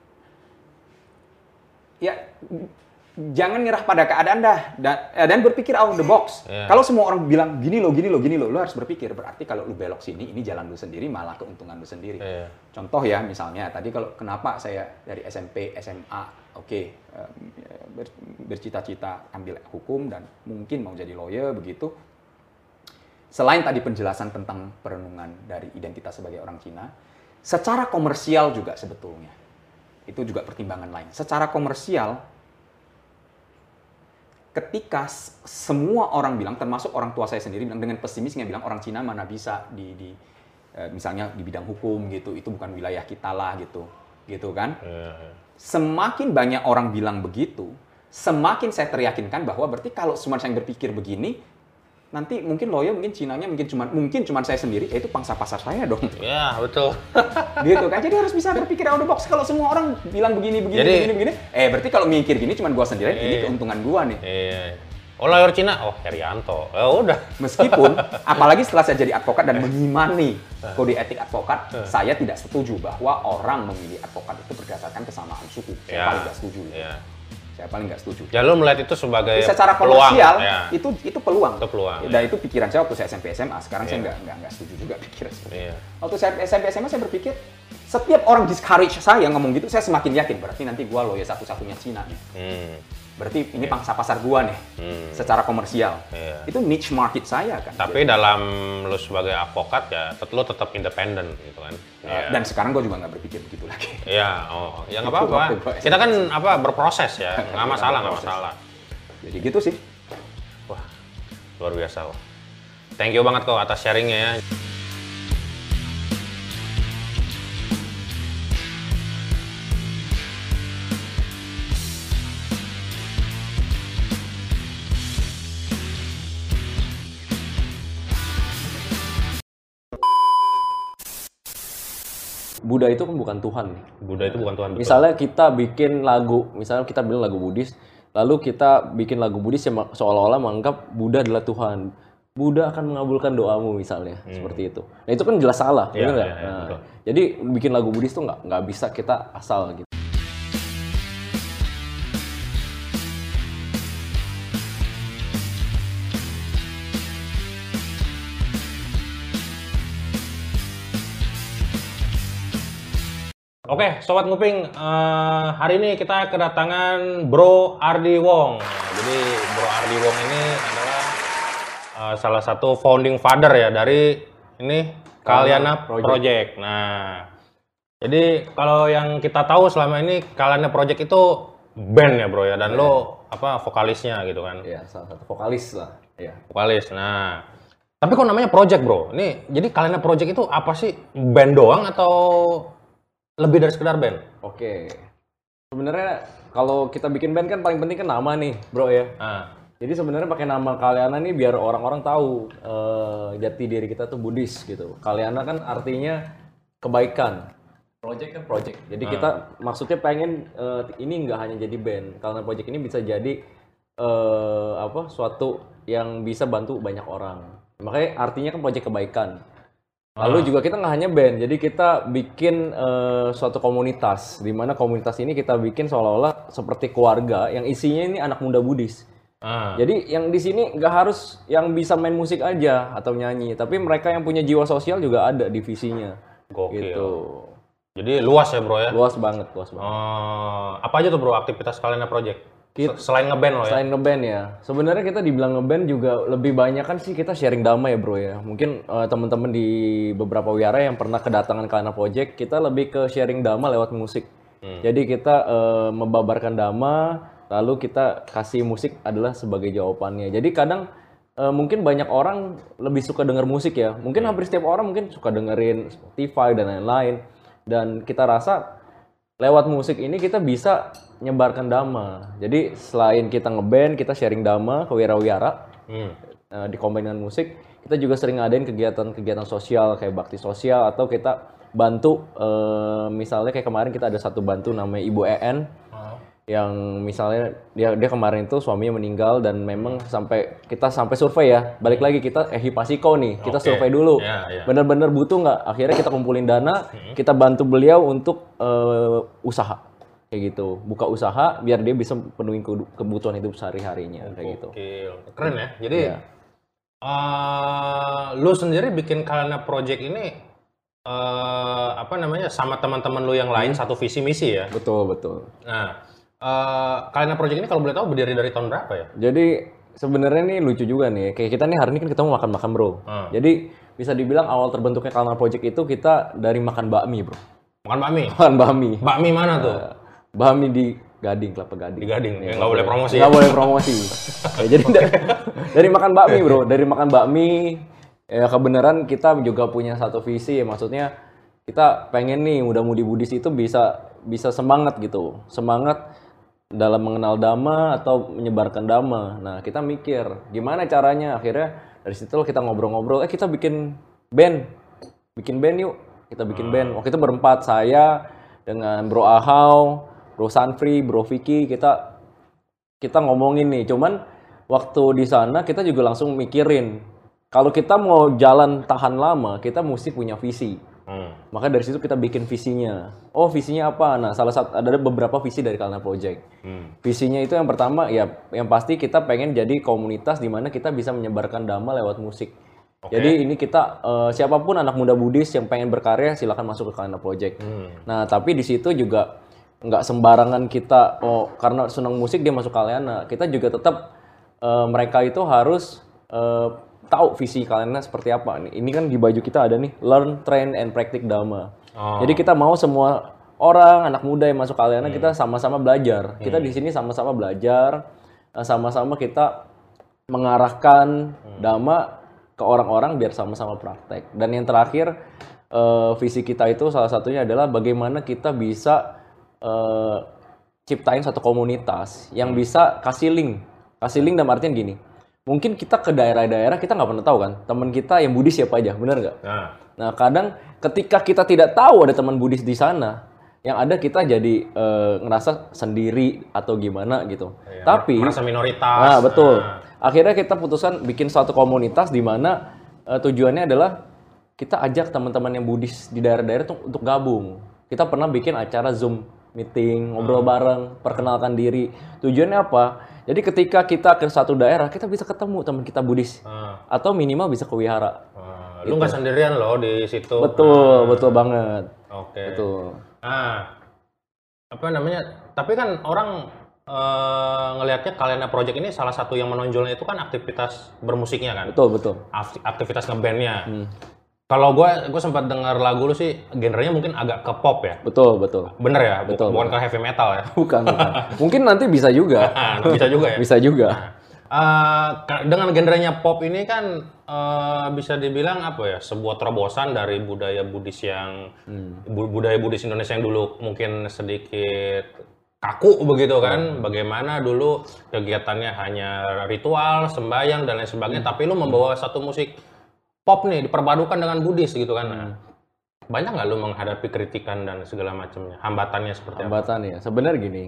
ya jangan nyerah pada keadaan dah dan, dan berpikir out of the box. Yeah. Kalau semua orang bilang gini loh, gini loh, gini loh, lo harus berpikir. Berarti kalau lu belok sini, ini jalan lu sendiri, malah keuntungan lu sendiri. Yeah. Contoh ya, misalnya tadi kalau kenapa saya dari S M P, S M A, oke, okay, ber, bercita-cita ambil hukum dan mungkin mau jadi lawyer begitu. Selain tadi penjelasan tentang perenungan dari identitas sebagai orang Cina, secara komersial juga sebetulnya itu juga pertimbangan lain. Secara komersial, ketika semua orang bilang, termasuk orang tua saya sendiri bilang dengan pesimisnya bilang orang Cina mana bisa di, di eh, misalnya di bidang hukum gitu, itu bukan wilayah kita lah gitu, gitu kan? Yeah, yeah. Semakin banyak orang bilang begitu, semakin saya teryakinkan bahwa berarti kalau semua saya berpikir begini, nanti mungkin Loyo, mungkin Cinanya, mungkin cuma mungkin cuma saya sendiri, yaitu pangsa pasar saya dong. Ya, betul. Gitu kan, jadi harus bisa berpikir out of the box. Kalau semua orang bilang begini, begini, jadi, begini, begini, eh berarti kalau mikir gini cuma gua sendiri, iya, ini keuntungan gua nih. Iya. Oh, lawyer Cina? Oh, Herianto. Ya udah. Meskipun, apalagi setelah saya jadi advokat dan mengimani kode etik advokat, saya tidak setuju bahwa orang memilih advokat itu berdasarkan kesamaan suku. Saya ya, paling nggak setuju. Ya. Saya paling nggak setuju. Ya, lo melihat itu sebagai secara komersial, ya. itu itu peluang. Itu peluang. Dan ya. itu pikiran saya waktu saya S M P S M A. Sekarang ya. saya nggak nggak nggak setuju juga pikiran seperti itu. Ya. Waktu saya S M P S M A saya berpikir, setiap orang discourage saya ngomong gitu, saya semakin yakin berarti nanti gua loh ya satu-satunya Cina nih. Hmm. Berarti ini yeah. pangsa pasar gua nih, hmm. secara komersial. Yeah. Itu niche market saya kan. Tapi jadi, dalam lu sebagai advokat ya, lu tetap independen gitu kan. Uh, yeah. Dan sekarang gua juga nggak berpikir begitu lagi. Iya, oh, ya nggak apa-apa. Kita kan apa berproses ya, nggak masalah, nggak masalah. Jadi gitu sih. Wah, luar biasa. Wah. Thank you banget kok atas sharingnya ya. Buddha itu kan bukan Tuhan nih. Buddha itu bukan Tuhan. Betul. Misalnya kita bikin lagu, misalnya kita bilang lagu Buddhis, lalu kita bikin lagu Buddhis yang seolah-olah menganggap Buddha adalah Tuhan. Buddha akan mengabulkan doamu misalnya, hmm. seperti itu. Nah itu kan jelas salah, ya, benar nggak? Ya, ya, nah, jadi bikin lagu Buddhis tuh nggak nggak bisa kita asal gitu. Oke, Sobat Nguping, uh, hari ini kita kedatangan Bro Ardi Wong. Jadi Bro Ardi Wong ini adalah uh, salah satu founding father ya dari ini Kalyana Project. Project. Nah, jadi kalau yang kita tahu selama ini Kalyana Project itu band ya Bro ya, dan yeah. lo apa vokalisnya gitu kan? Iya, salah satu vokalis lah. Iya. Vokalis. Nah, tapi kok namanya Project Bro? Ini jadi Kalyana Project itu apa sih? Band doang atau lebih dari sekedar band? Oke. Sebenarnya kalau kita bikin band kan paling penting kan nama nih, Bro ya. Ah. Jadi sebenarnya pakai nama Kalyana nih biar orang-orang tahu uh, jati diri kita tuh Buddhis gitu. Kalyana kan artinya kebaikan. Project kan project. Jadi ah. kita maksudnya pengen uh, ini nggak hanya jadi band. Kalyana Project ini bisa jadi uh, apa? Suatu yang bisa bantu banyak orang. Makanya artinya kan project kebaikan. Lalu juga kita nggak hanya band, jadi kita bikin uh, suatu komunitas, di mana komunitas ini kita bikin seolah-olah seperti keluarga yang isinya ini anak muda Buddhis. Ah. Jadi yang di sini nggak harus yang bisa main musik aja atau nyanyi, tapi mereka yang punya jiwa sosial juga ada divisinya. Gokil. Gitu. Jadi luas ya Bro ya? Luas banget, luas banget. Uh, apa aja tuh Bro aktivitas Kalyana Project? Kita, selain ngeband loh ya? Selain ngeband ya. Sebenarnya kita dibilang ngeband juga lebih banyak kan sih kita sharing dhamma ya Bro ya. Mungkin uh, teman-teman di beberapa wihara yang pernah kedatangan Kalyana Project, kita lebih ke sharing dhamma lewat musik. Hmm. Jadi kita uh, membabarkan dhamma, lalu kita kasih musik adalah sebagai jawabannya. Jadi kadang uh, mungkin banyak orang lebih suka denger musik ya. Mungkin hmm. hampir setiap orang mungkin suka dengerin Spotify dan lain-lain. Dan kita rasa lewat musik ini kita bisa nyebarkan dhamma. Jadi selain kita ngeband, kita sharing dhamma ke wira-wira, hmm. uh, dikombin dengan musik, kita juga sering ngadain kegiatan-kegiatan sosial kayak bakti sosial atau kita bantu, uh, misalnya kayak kemarin kita ada satu bantu namanya Ibu E N, oh. yang misalnya dia dia kemarin itu suaminya meninggal dan memang sampai kita sampai survei ya, balik lagi kita eh Hipasiko nih, kita okay. survei dulu, yeah, yeah. bener-bener butuh nggak? Akhirnya kita kumpulin dana, hmm. kita bantu beliau untuk uh, usaha. Kayak gitu, buka usaha biar dia bisa penuhi kebutuhan hidup sehari-harinya, kayak gitu. Keren ya. Jadi ya. Uh, lu sendiri bikin Kalyana Project ini uh, apa namanya sama teman-teman lu yang lain hmm. satu visi misi ya? Betul betul. Nah, uh, Kalyana Project ini kalau boleh tahu berdiri dari tahun berapa ya? Jadi sebenarnya nih lucu juga nih, kayak kita nih hari ini kan ketemu makan-makan Bro. Hmm. Jadi bisa dibilang awal terbentuknya Kalyana Project itu kita dari makan bakmi Bro. Makan bakmi? Makan bakmi. Bakmi mana tuh? Uh, Bakmi di Gading, Kelapa Gading. Di Gading, Ya, ya, nggak boleh promosi. Nggak boleh promosi. Ya, jadi dari, dari makan bakmi bro, dari makan bakmi, ya kebenaran kita juga punya satu visi ya, maksudnya kita pengen nih muda-mudi Buddhis itu bisa bisa semangat gitu, semangat dalam mengenal Dhamma atau menyebarkan Dhamma. Nah kita mikir gimana caranya, akhirnya dari situ kita ngobrol-ngobrol, eh kita bikin band, bikin band yuk, kita bikin band. Waktu itu berempat, saya dengan Bro Ahau, Bro Sanfri, Bro Vicky, kita kita ngomongin nih. Cuman waktu di sana kita juga langsung mikirin kalau kita mau jalan tahan lama, kita mesti punya visi. Hmm. Maka dari situ kita bikin visinya. Oh visinya apa? Nah salah satu ada beberapa visi dari Kalana Project. Hmm. Visinya itu yang pertama ya, yang pasti kita pengen jadi komunitas di mana kita bisa menyebarkan Dhamma lewat musik. Okay. Jadi ini kita uh, siapapun anak muda Buddhis yang pengen berkarya silahkan masuk ke Kalana Project. Hmm. Nah tapi di situ juga nggak sembarangan kita oh karena senang musik dia masuk Kalana. Kita juga tetap uh, mereka itu harus uh, tahu visi Kalana seperti apa. Ini kan di baju kita ada nih, learn, train, and practice Dhamma. Oh. Jadi kita mau semua orang, anak muda yang masuk Kalana, hmm. kita sama-sama belajar. Hmm. Kita di sini sama-sama belajar, sama-sama kita mengarahkan hmm. Dhamma ke orang-orang biar sama-sama praktek. Dan yang terakhir, uh, visi kita itu salah satunya adalah bagaimana kita bisa uh, ciptain satu komunitas yang hmm. bisa kasih link. Kasih link dalam artian gini, mungkin kita ke daerah-daerah kita nggak pernah tahu kan teman kita yang Buddhis siapa aja, benar nggak? Nah. nah kadang ketika kita tidak tahu ada teman Buddhis di sana, yang ada kita jadi e, ngerasa sendiri atau gimana gitu. Ya, tapi merasa minoritas. Nah betul. Nah. Akhirnya kita putuskan bikin suatu komunitas di mana e, tujuannya adalah kita ajak teman-teman yang Buddhis di daerah-daerah tuh untuk gabung. Kita pernah bikin acara Zoom meeting, ngobrol hmm. bareng, perkenalkan diri. Tujuannya apa? Jadi ketika kita ke satu daerah, kita bisa ketemu teman kita Buddhis. Hmm. Atau minimal bisa ke wihara. Hmm. Lu nggak gitu. Sendirian loh di situ. Betul, hmm. betul banget. Oke. Okay. Betul. Ah, apa namanya? Tapi kan orang uh, ngelihatnya Kalana Project ini salah satu yang menonjolnya itu kan aktivitas bermusiknya kan? Betul, betul. Aktivitas ngebandnya. Hmm. Kalau gue gue sempat dengar lagu lu sih, genrenya mungkin agak ke pop ya. Betul, betul. Bener ya, betul. Bukan betul. ke heavy metal ya. Bukan, bukan. Mungkin nanti bisa juga. bisa juga ya. Bisa juga. Nah, uh, dengan genrenya pop ini kan uh, bisa dibilang apa ya? Sebuah terobosan dari budaya Buddhis yang hmm. budaya Buddhis Indonesia yang dulu mungkin sedikit kaku begitu kan. Hmm. Bagaimana dulu kegiatannya hanya ritual, sembahyang dan lain sebagainya. Hmm. Tapi lu membawa satu musik pop nih diperpadukan dengan Buddhis gitu kan. Nah, banyak nggak lu menghadapi kritikan dan segala macamnya? Hambatannya seperti hambatan apa? Ya. Sebenarnya gini,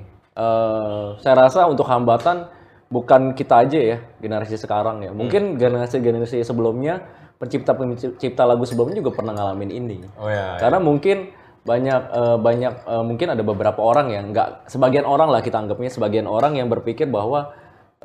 uh, saya rasa untuk hambatan bukan kita aja ya, generasi sekarang ya. Mungkin generasi-generasi sebelumnya, pencipta-pencipta lagu sebelumnya juga pernah ngalamin ini. Oh ya. Karena ya. mungkin banyak uh, banyak uh, mungkin ada beberapa orang yang nggak, sebagian orang lah kita anggapnya sebagian orang yang berpikir bahwa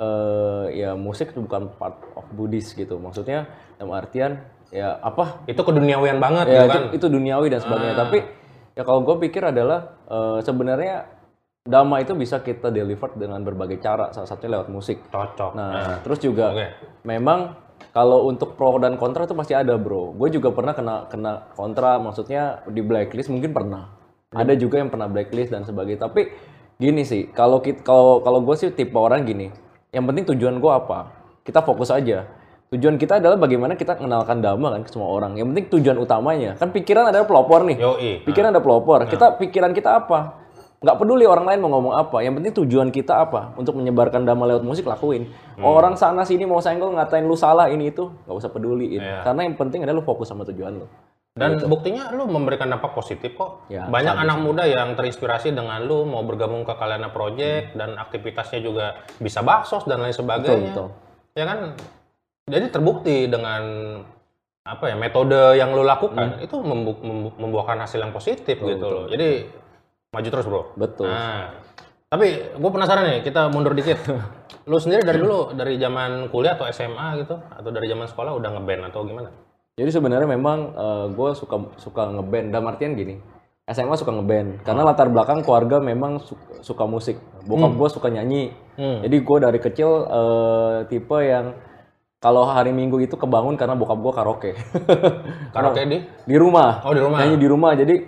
uh, ya musik itu bukan part of Buddhis gitu. Maksudnya dalam artian ya apa? Itu keduniawian banget ya, gitu kan? Itu, itu duniawi dan sebagainya. Ah. Tapi ya kalau gue pikir adalah uh, sebenarnya Dhamma itu bisa kita deliver dengan berbagai cara, salah satunya lewat musik. Cocok. Nah, nah. terus juga okay. memang kalau untuk pro dan kontra itu pasti ada, bro. Gue juga pernah kena kena kontra, maksudnya di blacklist mungkin pernah. Hmm. Ada juga yang pernah blacklist dan sebagainya. Tapi gini sih, kalau kalau kalau gue sih tipe orang gini. Yang penting tujuan gue apa? Kita fokus aja. Tujuan kita adalah bagaimana kita mengenalkan Dhamma kan ke semua orang. Yang penting tujuan utamanya. Kan pikiran adalah pelopor nih. Yoi. Pikiran nah. ada pelopor. Nah. Kita pikiran kita apa? Nggak peduli orang lain mau ngomong apa. Yang penting tujuan kita apa? Untuk menyebarkan Dhamma lewat musik, lakuin. Hmm. Orang sana sini mau senggol ngatain lu salah ini itu, nggak usah peduliin. Yeah. Karena yang penting adalah lu fokus sama tujuan lu. Dan gitu. Buktinya lu memberikan dampak positif kok. Ya, banyak anak muda yang terinspirasi dengan lu mau bergabung ke Kalana Project hmm. dan aktivitasnya juga bisa baksos dan lain sebagainya. Betul, betul. Ya kan? Jadi terbukti dengan apa ya metode yang lu lakukan hmm. itu membu- membu- membuahkan hasil yang positif betul, gitu betul. Loh. Jadi maju terus, bro. Betul. Nah, tapi gue penasaran nih, kita mundur dikit. Lu sendiri dari dulu, dari zaman kuliah atau S M A gitu, atau dari zaman sekolah udah ngeband atau gimana? Jadi sebenarnya memang uh, gue suka suka ngeband. Dalam artian gini, S M A suka ngeband. Karena latar belakang keluarga memang suka, suka musik. Bokap hmm. gue suka nyanyi. Hmm. Jadi gue dari kecil uh, tipe yang kalau hari Minggu itu kebangun karena bokap gue karaoke. Karaoke di? Di rumah. Oh, di rumah. Nyanyi di rumah. Jadi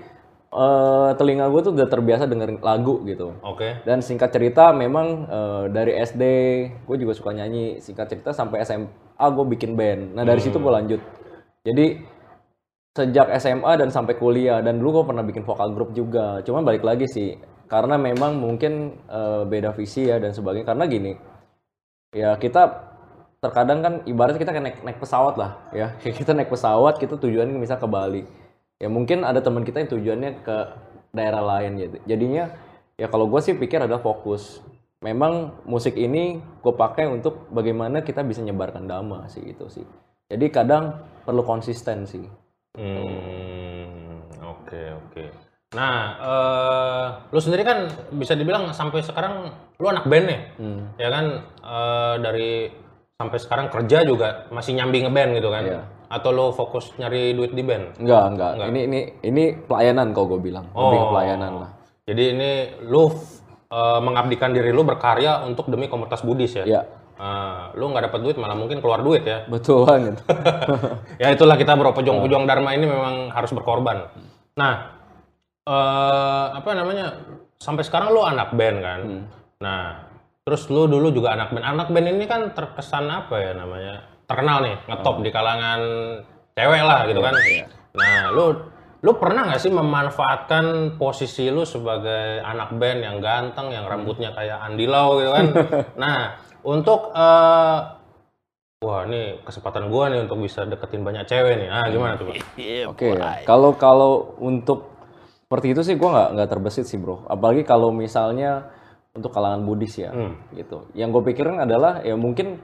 eh, telinga gue tuh udah terbiasa dengerin lagu gitu. Oke. Dan singkat cerita memang eh, dari S D gue juga suka nyanyi. Singkat cerita sampai S M A gue bikin band. Nah dari situ gue lanjut. Jadi sejak S M A dan sampai kuliah, dan dulu gue pernah bikin vokal grup juga. Cuman balik lagi sih, karena memang mungkin eh, beda visi ya dan sebagainya. Karena gini, ya kita terkadang kan ibaratnya kita kayak naik, naik pesawat lah ya. Kayak kita naik pesawat, kita tujuannya misal ke Bali. Ya mungkin ada teman kita yang tujuannya ke daerah lain gitu. Jadinya ya kalau gue sih pikir adalah fokus. Memang musik ini gue pakai untuk bagaimana kita bisa nyebarkan dhamma sih gitu sih. Jadi kadang perlu konsisten sih. Hmm, oke oke. Nah, eh, lu sendiri kan bisa dibilang sampai sekarang lu anak band ya, Hmm. ya kan eh, dari sampai sekarang kerja juga masih nyambi ngeband gitu kan? Iya. Atau lu fokus nyari duit di band? Enggak, enggak. Ini ini ini pelayanan kalau gue bilang. Lebih ke Oh. pelayanan lah. Jadi ini lu eh, mengabdikan diri lu berkarya untuk demi komunitas Buddhis ya? Iya, Ah, lu nggak dapat duit malah mungkin keluar duit ya? betul banget. Ya itulah kita bro, pejuang-pejuang Dharma ini memang harus berkorban. Nah, eh, apa namanya? Sampai sekarang lu anak band kan? Nah, terus lu dulu juga anak band. Anak band ini kan terkesan apa ya namanya? Terkenal nih, ngetop di kalangan cewek lah gitu kan? Nah, lu lu pernah nggak sih memanfaatkan posisi lu sebagai anak band yang ganteng, yang rambutnya kayak Andy Lau gitu kan? Nah, untuk eh, wah ini kesempatan gua nih untuk bisa deketin banyak cewek nih. Ah gimana tuh, Bang? Oke ya. Kalau kalau untuk seperti itu sih gue nggak nggak terbesit sih bro. Apalagi kalau misalnya untuk kalangan Buddhis ya, gitu. Yang gue pikirin adalah ya mungkin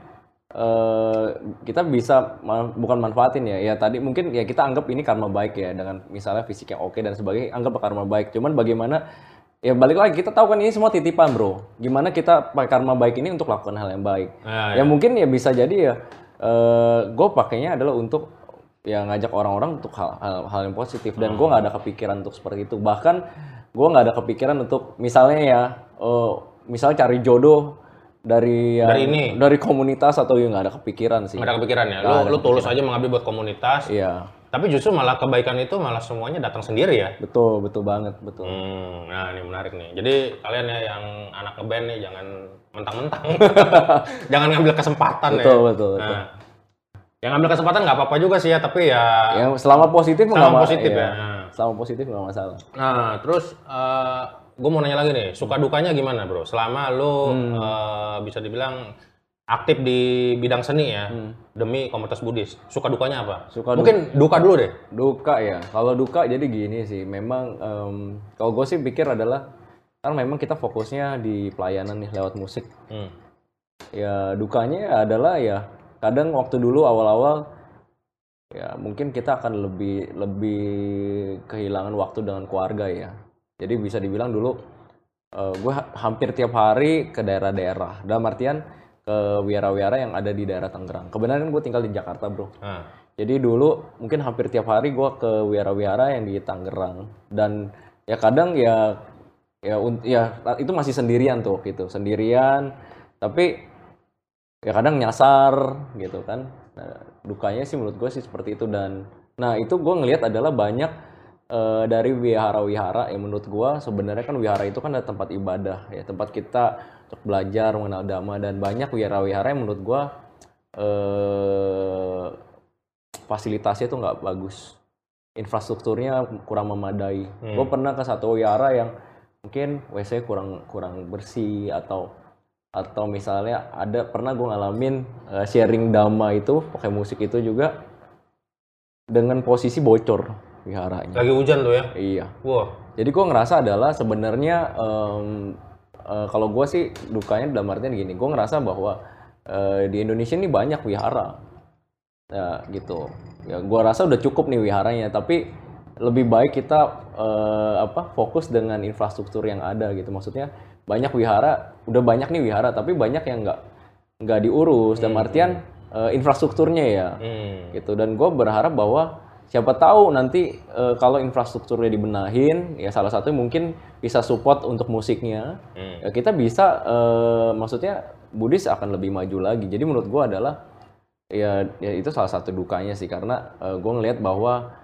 eh, kita bisa ma- bukan manfaatin ya. Ya tadi mungkin ya kita anggap ini karma baik ya, dengan misalnya fisik yang oke dan sebagainya, anggap karma baik. Cuman bagaimana ya balik lagi kita tahu kan ini semua titipan bro. Gimana kita pakai karma baik ini untuk lakukan hal yang baik. Ah, Ya mungkin ya bisa jadi ya eh gue pakainya adalah untuk ya ngajak orang-orang untuk hal, hal, hal yang positif, dan gue nggak ada kepikiran untuk seperti itu. Bahkan gue nggak ada kepikiran untuk misalnya ya eh, misalnya cari jodoh dari yang- Dari ini? dari komunitas atau ya nggak ada kepikiran sih. Nggak ada kepikiran ya? Nggak Lu, ada lu tulus aja mengabdi buat komunitas. Iya, Tapi justru malah kebaikan itu malah semuanya datang sendiri ya? betul betul banget betul. Hmm, nah ini menarik nih. Jadi kalian ya yang anak ngeband nih jangan mentang-mentang, jangan ngambil kesempatan ya. Betul betul. betul. Nah, yang ngambil kesempatan nggak apa-apa juga sih ya, tapi ya. Yang selama positif Selama nggak ma- positif iya. ya. Nah. Selama positif nggak masalah. Nah, terus gue mau nanya lagi nih, suka dukanya gimana bro? Selama lo Hmm. eh, bisa dibilang aktif di bidang seni ya, demi komunitas Buddhis, suka dukanya apa? Hmm. Suka Mungkin duka dulu deh. Duka ya, kalau duka jadi gini sih, memang em, kalau gue sih pikir adalah kan memang kita fokusnya di pelayanan nih lewat musik. Hmm. Ya dukanya adalah ya kadang waktu dulu awal-awal ya mungkin kita akan lebih lebih kehilangan waktu dengan keluarga ya. Jadi bisa dibilang dulu gue hampir tiap hari ke daerah-daerah. Dalam artian ke wihara-wihara yang ada di daerah Tangerang. Kebenaran gue tinggal di Jakarta bro. Nah, Jadi dulu mungkin hampir tiap hari gue ke wihara-wihara yang di Tangerang, dan ya kadang ya ya un- ya itu masih sendirian tuh gitu, sendirian. Tapi ya kadang nyasar gitu kan. Nah, dukanya sih menurut gue sih seperti itu. Dan nah itu gue ngelihat adalah banyak eh, dari wihara-wihara yang menurut gue sebenarnya kan wihara itu kan ada tempat ibadah ya, tempat kita untuk belajar mengenal dhamma, dan banyak wihara-wihara yang menurut gue eh, fasilitasnya tuh nggak bagus, infrastrukturnya kurang memadai. Gue pernah ke satu wihara yang mungkin W C kurang kurang bersih, atau atau misalnya ada pernah gue ngalamin eh, sharing dhamma itu pakai musik itu juga dengan posisi bocor wiharanya. lagi hujan tuh ya? Iya. Wah, Jadi gue ngerasa adalah sebenarnya em, eh, kalau gue sih dukanya dalam artian gini, gue ngerasa bahwa eh, di Indonesia ini banyak wihara, ya gitu. Ya gue rasa udah cukup nih wiharanya, tapi lebih baik kita eh, apa fokus dengan infrastruktur yang ada gitu. Maksudnya banyak wihara, udah banyak nih wihara, tapi banyak yang nggak nggak diurus. Dalam artian eh, infrastrukturnya ya, hmm. gitu. Dan gue berharap bahwa siapa tahu nanti eh, kalau infrastrukturnya dibenahin, ya salah satunya mungkin bisa support untuk musiknya. Hmm. Ya kita bisa, eh, maksudnya Buddhis akan lebih maju lagi. Jadi menurut gue adalah ya, ya itu salah satu dukanya sih, karena gue ngelihat bahwa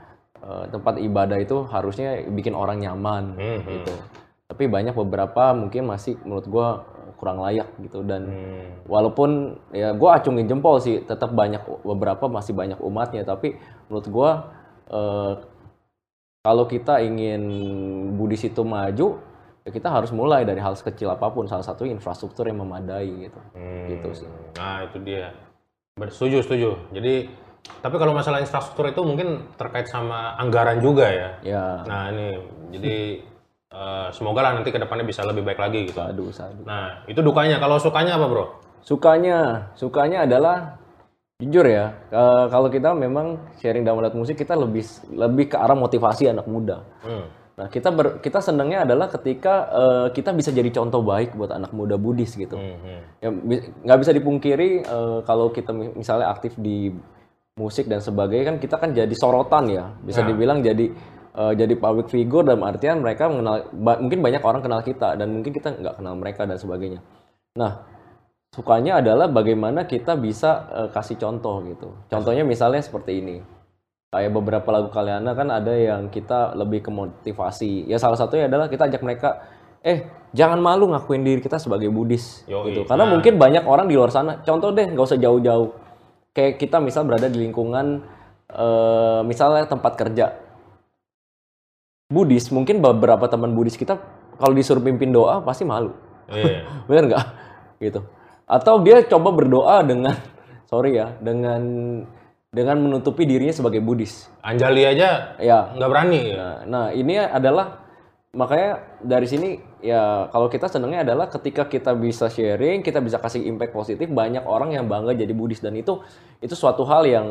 uh, tempat ibadah itu harusnya bikin orang nyaman Hmm, gitu. Tapi banyak beberapa mungkin masih menurut gua kurang layak gitu dan Hmm. walaupun ya gua acungin jempol sih tetap banyak beberapa masih banyak umatnya tapi menurut gua uh, kalau kita ingin Buddhis itu maju ya kita harus mulai dari hal sekecil apapun, salah satu infrastruktur yang memadai gitu. Hmm. Gitu sih. Nah, itu dia. Setuju, setuju. Jadi, tapi kalau masalah infrastruktur itu mungkin terkait sama anggaran juga ya. Ya. Nah, ini jadi uh, semoga lah nanti ke depannya bisa lebih baik lagi gitu. Aduh, aduh. Nah, itu dukanya. Kalau sukanya apa, Bro? Sukanya, sukanya adalah jujur ya, uh, kalau kita memang sharing dalam alat musik kita lebih lebih ke arah motivasi anak muda. Hmm. Nah, kita ber, kita senangnya adalah ketika uh, kita bisa jadi contoh baik buat anak muda Buddhis gitu. Hmm, hmm. Ya, nggak bisa dipungkiri uh, kalau kita misalnya aktif di musik dan sebagainya kan kita kan jadi sorotan ya, bisa Ya. dibilang jadi uh, jadi public figure dalam artian mereka mengenal, ba- mungkin banyak orang kenal kita dan mungkin kita nggak kenal mereka dan sebagainya. Nah, sukanya adalah bagaimana kita bisa uh, kasih contoh gitu. Contohnya misalnya seperti ini. Kayak beberapa lagu Kalyana kan ada yang kita lebih ke motivasi. Ya salah satunya adalah kita ajak mereka, eh jangan malu ngakuin diri kita sebagai Buddhis Yoi. gitu. Karena Nah. mungkin banyak orang di luar sana. Contoh deh, nggak usah jauh-jauh. Kayak kita misal berada di lingkungan uh, misalnya tempat kerja Buddhis, mungkin beberapa teman Buddhis kita kalau disuruh pimpin doa pasti malu. Iya. Bener nggak? Gitu. Atau dia coba berdoa dengan, sorry ya, dengan dengan menutupi dirinya sebagai Buddhis. Anjali aja Ya. nggak berani. Ya? Nah, nah ini adalah makanya dari sini ya kalau kita senangnya adalah ketika kita bisa sharing, kita bisa kasih impact positif, banyak orang yang bangga jadi Buddhis dan itu itu suatu hal yang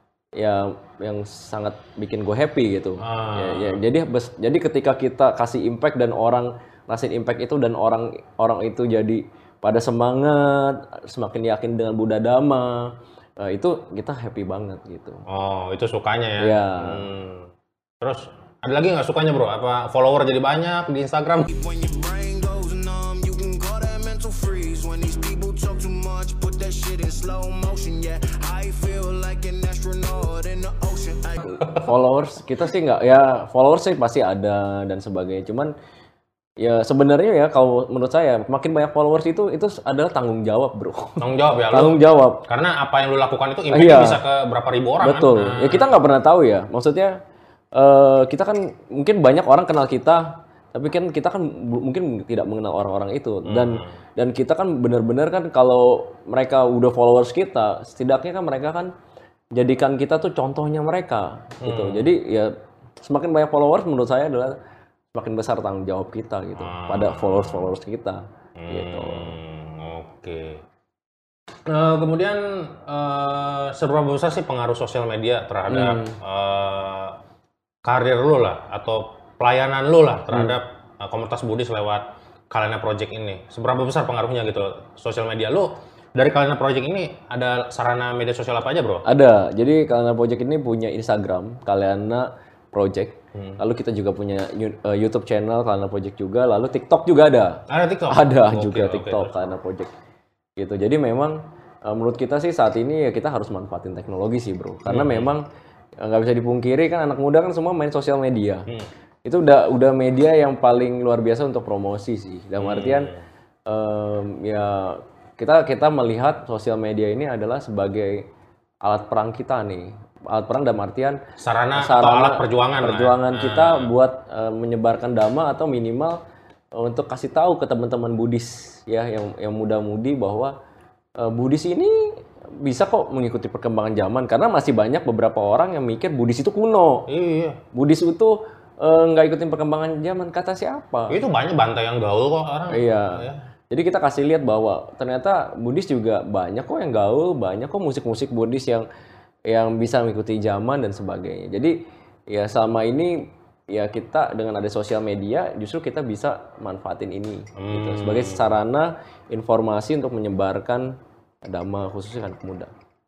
ya yang sangat bikin gue happy gitu. Ah. Ya, ya, jadi bes- jadi ketika kita kasih impact dan orang ngasih impact itu dan orang orang itu jadi pada semangat, semakin yakin dengan Buddha Dhamma, uh, itu kita happy banget gitu. Oh, itu sukanya ya. Iya. Hmm. Terus ada lagi nggak sukanya, Bro? Apa follower jadi banyak di Instagram? When your brain goes numb, you can call that mental freeze. When these people talk too much, put that shit in slow motion. Yeah, I feel like an astronaut in the ocean. I Followers kita sih nggak ya followers sih pasti ada dan sebagainya. Cuman ya sebenarnya ya kalau menurut saya makin banyak followers itu itu adalah tanggung jawab, Bro. Tanggung jawab ya. Lu, Tanggung jawab. karena apa yang lu lakukan itu impact-nya Iya. bisa ke berapa ribu orang. Betul. Kan? Ya kita nggak pernah tahu ya. Maksudnya eh, kita kan mungkin banyak orang kenal kita, tapi kan kita kan bu- mungkin tidak mengenal orang-orang itu. Dan dan kita kan benar-benar kan kalau mereka udah followers kita, setidaknya kan mereka kan jadikan kita tuh contohnya mereka gitu. Jadi ya semakin banyak followers menurut saya adalah semakin besar tanggung jawab kita gitu pada followers-followers kita gitu. Hmm, Oke. Eh, kemudian eh, seberapa besar sih pengaruh sosial media terhadap eh, karir lu lah atau pelayanan lu lah terhadap eh, komunitas Buddhis lewat Kalyana Project ini? Seberapa besar pengaruhnya gitu sosial media lu? Dari Kalyana Project ini ada sarana media sosial apa aja, Bro? Ada. Jadi Kalyana Project ini punya Instagram Kalyana Project. Lalu kita juga punya Yu- eh, YouTube channel Kalyana Project juga. Lalu TikTok juga ada. Ada TikTok? Ada Oke, juga oke, TikTok terus. Kalyana Project. Gitu. Jadi memang eh, menurut kita sih saat ini ya kita harus manfaatin teknologi sih, Bro. Karena memang eh, nggak bisa dipungkiri kan anak muda kan semua main sosial media. Itu udah udah media yang paling luar biasa untuk promosi sih. Dalam artian em, ya kita kita melihat sosial media ini adalah sebagai alat perang kita nih. Alat perang dalam artian Sarana, atau sarana alat perjuangan lah ya. perjuangan kita buat eh, menyebarkan dhamma atau minimal eh, untuk kasih tahu ke teman-teman Buddhis ya yang yang muda-mudi bahwa eh, Buddhis ini bisa kok mengikuti perkembangan zaman karena masih banyak beberapa orang yang mikir Buddhis itu kuno. Iya. Buddhis itu eh, nggak ikutin perkembangan zaman, kata siapa? Itu banyak bantai yang gaul kok orang. Iya. Ya. Jadi kita kasih lihat bahwa ternyata Buddhis juga banyak kok yang gaul, banyak kok musik-musik Buddhis yang yang bisa mengikuti zaman dan sebagainya. Jadi ya selama ini ya kita dengan ada sosial media justru kita bisa manfaatin ini gitu, sebagai sarana informasi untuk menyebarkan dhamma khususnya anak muda.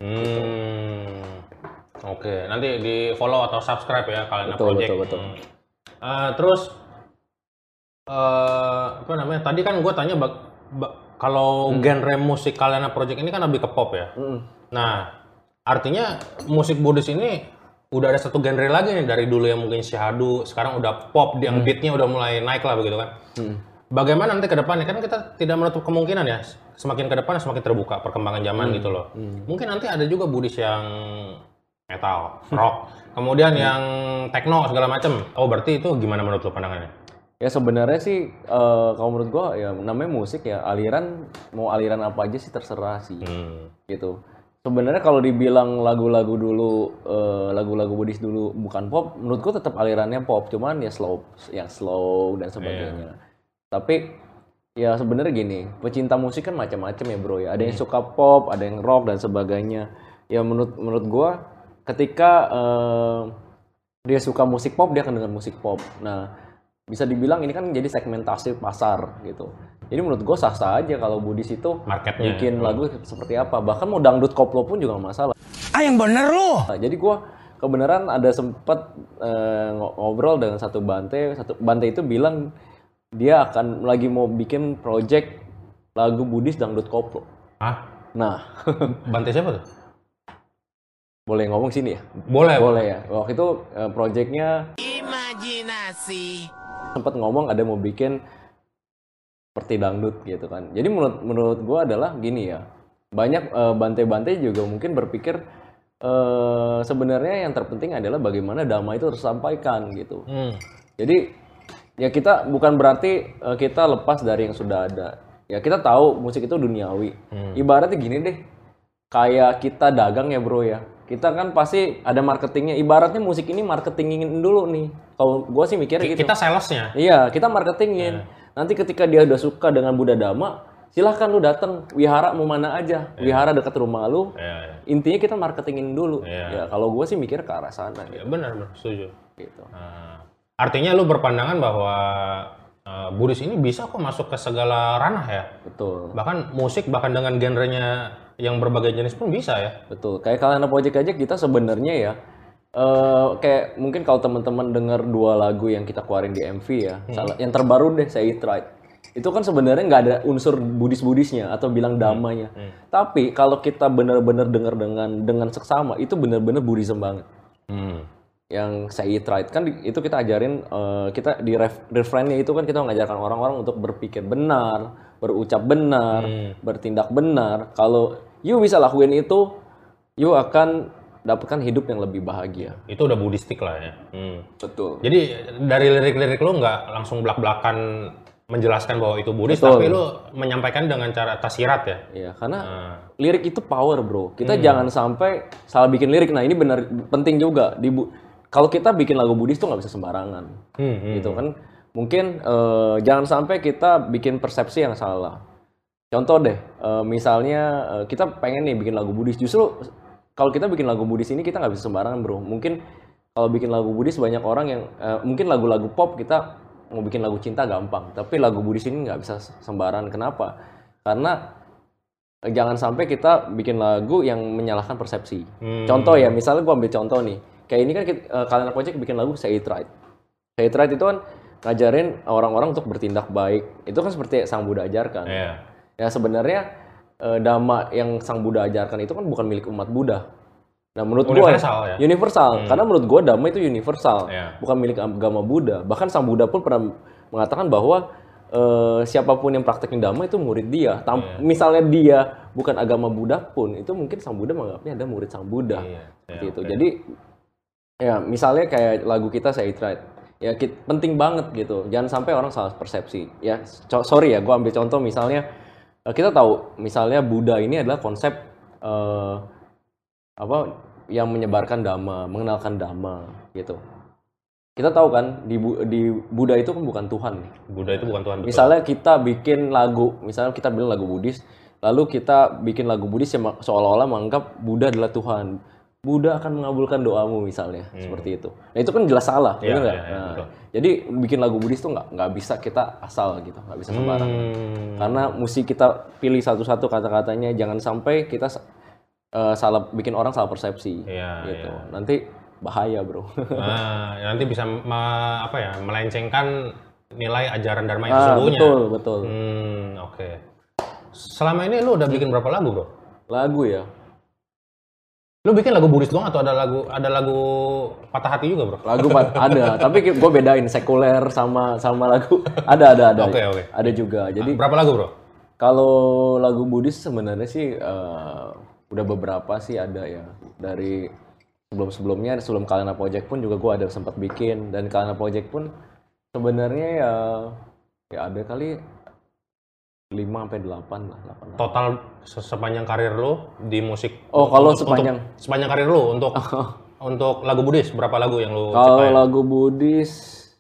Hmm. Oke, nanti di follow atau subscribe ya Kalyana Betul, Project. betul, betul. Hmm. Eh, terus eh apa namanya? Tadi kan gue tanya bak- ba- kalau genre musik Kalyana Project ini kan lebih ke pop ya. Mm. Nah, artinya musik Buddhis ini udah ada satu genre lagi nih dari dulu yang mungkin syahdu, sekarang udah pop, yang beatnya udah mulai naik lah begitu kan. Hmm. Bagaimana nanti ke depannya? Kan kita tidak menutup kemungkinan ya, semakin ke depan semakin terbuka perkembangan zaman hmm. gitu loh. Hmm. Mungkin nanti ada juga Buddhis yang metal, rock, kemudian hmm. yang techno segala macam. Oh berarti itu gimana menurut lo pandangannya? Ya sebenarnya sih uh, kalau menurut gua ya namanya musik ya, aliran mau aliran apa aja sih terserah sih. Hmm. Gitu. Sebenarnya kalau dibilang lagu-lagu dulu uh, lagu-lagu Buddhis dulu bukan pop, menurut gua tetap alirannya pop, cuman ya slow, yang slow dan sebagainya. Yeah. Tapi ya sebenarnya gini, pecinta musik kan macam-macam ya, Bro ya. Ada yang suka pop, ada yang rock dan sebagainya. Ya menurut menurut gua ketika uh, dia suka musik pop, dia akan dengar musik pop. Nah, bisa dibilang ini kan jadi segmentasi pasar gitu. Jadi menurut gue sah-sah aja kalau Buddhis itu marketnya bikin ya. Lagu seperti apa. Bahkan mau dangdut koplo pun juga nggak masalah. Ah yang bener lu! Nah, jadi gue kebenaran ada sempat uh, ngobrol dengan satu Bante. Satu Bante itu bilang dia akan lagi mau bikin project lagu Buddhis dangdut koplo. Hah? Nah. Bante siapa tuh? Boleh ngomong sini ya? Boleh. Boleh ya. Waktu itu uh, projectnya imajinasi. Sempat ngomong ada mau bikin seperti dangdut gitu kan. Jadi menurut menurut gue adalah gini ya. Banyak uh, bante-bante juga mungkin berpikir uh, sebenarnya yang terpenting adalah bagaimana dhamma itu tersampaikan gitu. Hmm. Jadi ya kita bukan berarti uh, kita lepas dari yang sudah ada. Ya kita tahu musik itu duniawi. Hmm. Ibaratnya gini deh. Kayak kita dagang ya bro ya. Kita kan pasti ada marketingnya. Ibaratnya musik ini marketingin dulu nih. Kalau gue sih mikirnya gitu. Kita salesnya. Iya, kita marketingin. Yeah. Nanti ketika dia udah suka dengan Buddha Dhamma, silahkan lu datang wihara mau mana aja. Yeah. Wihara dekat rumah lu. Yeah, yeah. Intinya kita marketingin dulu. Yeah. Ya kalau gue sih mikir ke arah sana. Yeah, gitu. Benar, benar, setuju. Gitu. Nah, artinya lu berpandangan bahwa uh, Buddhis ini bisa kok masuk ke segala ranah ya. Betul. Bahkan musik, bahkan dengan genrenya yang berbagai jenis pun bisa ya. Betul. Kayak Kalana Project aja kita sebenarnya ya uh, kayak mungkin kalau teman-teman dengar dua lagu yang kita keluarin di M V ya, hmm. salah, yang terbaru deh Say It Right. Itu kan sebenarnya nggak ada unsur Buddhis-Buddhisnya atau bilang damanya. Hmm. Hmm. Tapi kalau kita benar-benar dengar dengan dengan seksama itu benar-benar Buddhism banget. Hmm. Yang Say It Right kan itu kita ajarin uh, kita di ref, refrainnya itu kan kita mengajarkan orang-orang untuk berpikir benar, berucap benar, hmm. bertindak benar. Kalau you bisa lakuin itu, you akan dapatkan hidup yang lebih bahagia. Itu udah Buddhistik lah ya. Hmm. Betul. Jadi dari lirik-lirik lu nggak langsung belak-belakan menjelaskan bahwa itu Buddhis, betul. Tapi lu menyampaikan dengan cara tasirat ya. Iya, karena hmm. lirik itu power bro. Kita hmm. jangan sampai salah bikin lirik. Nah ini benar penting juga. Di kalau kita bikin lagu Buddhis tuh nggak bisa sembarangan, hmm, hmm. gitu kan. Mungkin uh, jangan sampai kita bikin persepsi yang salah. Contoh deh, uh, misalnya uh, kita pengen nih bikin lagu Buddhis, justru kalau kita bikin lagu Buddhis ini kita nggak bisa sembarangan bro. Mungkin kalau bikin lagu Buddhis banyak orang yang, uh, mungkin lagu-lagu pop kita mau bikin lagu cinta gampang, tapi lagu Buddhis ini nggak bisa sembarangan. Kenapa? Karena uh, jangan sampai kita bikin lagu yang menyalahkan persepsi. Hmm. Contoh ya, misalnya gua ambil contoh nih, kayak ini kan kita, uh, Kalana Project bikin lagu Say It Right. Say It Right itu kan ngajarin orang-orang untuk bertindak baik. Itu kan seperti Sang Buddha ajarkan. Yeah. Ya sebenarnya eh, dhamma yang Sang Buddha ajarkan itu kan bukan milik umat Buddha. Nah menurut gue universal gua, ya. Universal. Hmm. Karena menurut gue dhamma itu universal, yeah. bukan milik agama Buddha. Bahkan Sang Buddha pun pernah mengatakan bahwa eh, siapapun yang praktekin dhamma itu murid dia. Tam- yeah. Misalnya dia bukan agama Buddha pun, itu mungkin Sang Buddha menganggapnya ada murid Sang Buddha. Yeah. Yeah, gitu. Okay. Jadi ya misalnya kayak lagu kita Say It Right. Ya kita, penting banget gitu. Jangan sampai orang salah persepsi. Ya co- sorry ya, gue ambil contoh misalnya. Kita tahu, misalnya Buddha ini adalah konsep uh, apa yang menyebarkan dhamma, mengenalkan dhamma, gitu. Kita tahu kan di, di Buddha itu kan bukan Tuhan. Buddha itu bukan Tuhan. Betul. Misalnya kita bikin lagu, misalnya kita bilang lagu Buddhis, lalu kita bikin lagu Buddhis yang seolah-olah menganggap Buddha adalah Tuhan. Buddha akan mengabulkan doamu misalnya, hmm. seperti itu. Nah itu kan jelas salah, ya, benar nggak? Ya, ya, nah, jadi bikin lagu Buddhis tuh nggak nggak bisa kita asal gitu, nggak bisa sembarangan. Hmm. Karena mesti kita pilih satu-satu kata-katanya, jangan sampai kita uh, salah bikin orang salah persepsi, ya, gitu. Ya. Nanti bahaya bro. Nah, nanti bisa ma, apa ya melencengkan nilai ajaran dharma itu ah, sesungguhnya. Betul betul. Hmm, oke. Okay. Selama ini lu udah bikin berapa lagu bro? Lagu ya. Lu bikin lagu Buddhis doang atau ada lagu ada lagu patah hati juga, Bro? Lagu pat- ada, tapi gue bedain sekuler sama sama lagu ada ada ada. Oke, oke. Ada juga. Jadi Berapa lagu, Bro? kalau lagu Buddhis sebenarnya sih eh, udah beberapa sih ada ya. Dari sebelum-sebelumnya sebelum Kalana Project pun juga gue ada sempat bikin, dan Kalana Project pun sebenarnya ya ya ada kali lima sampai delapan lah, delapan. Total se- sepanjang karir lu di musik. Oh, kalau untuk- sepanjang- untuk- sepanjang karir lu untuk untuk lagu Buddhis berapa lagu yang lu Kalau ciptain? lagu Buddhis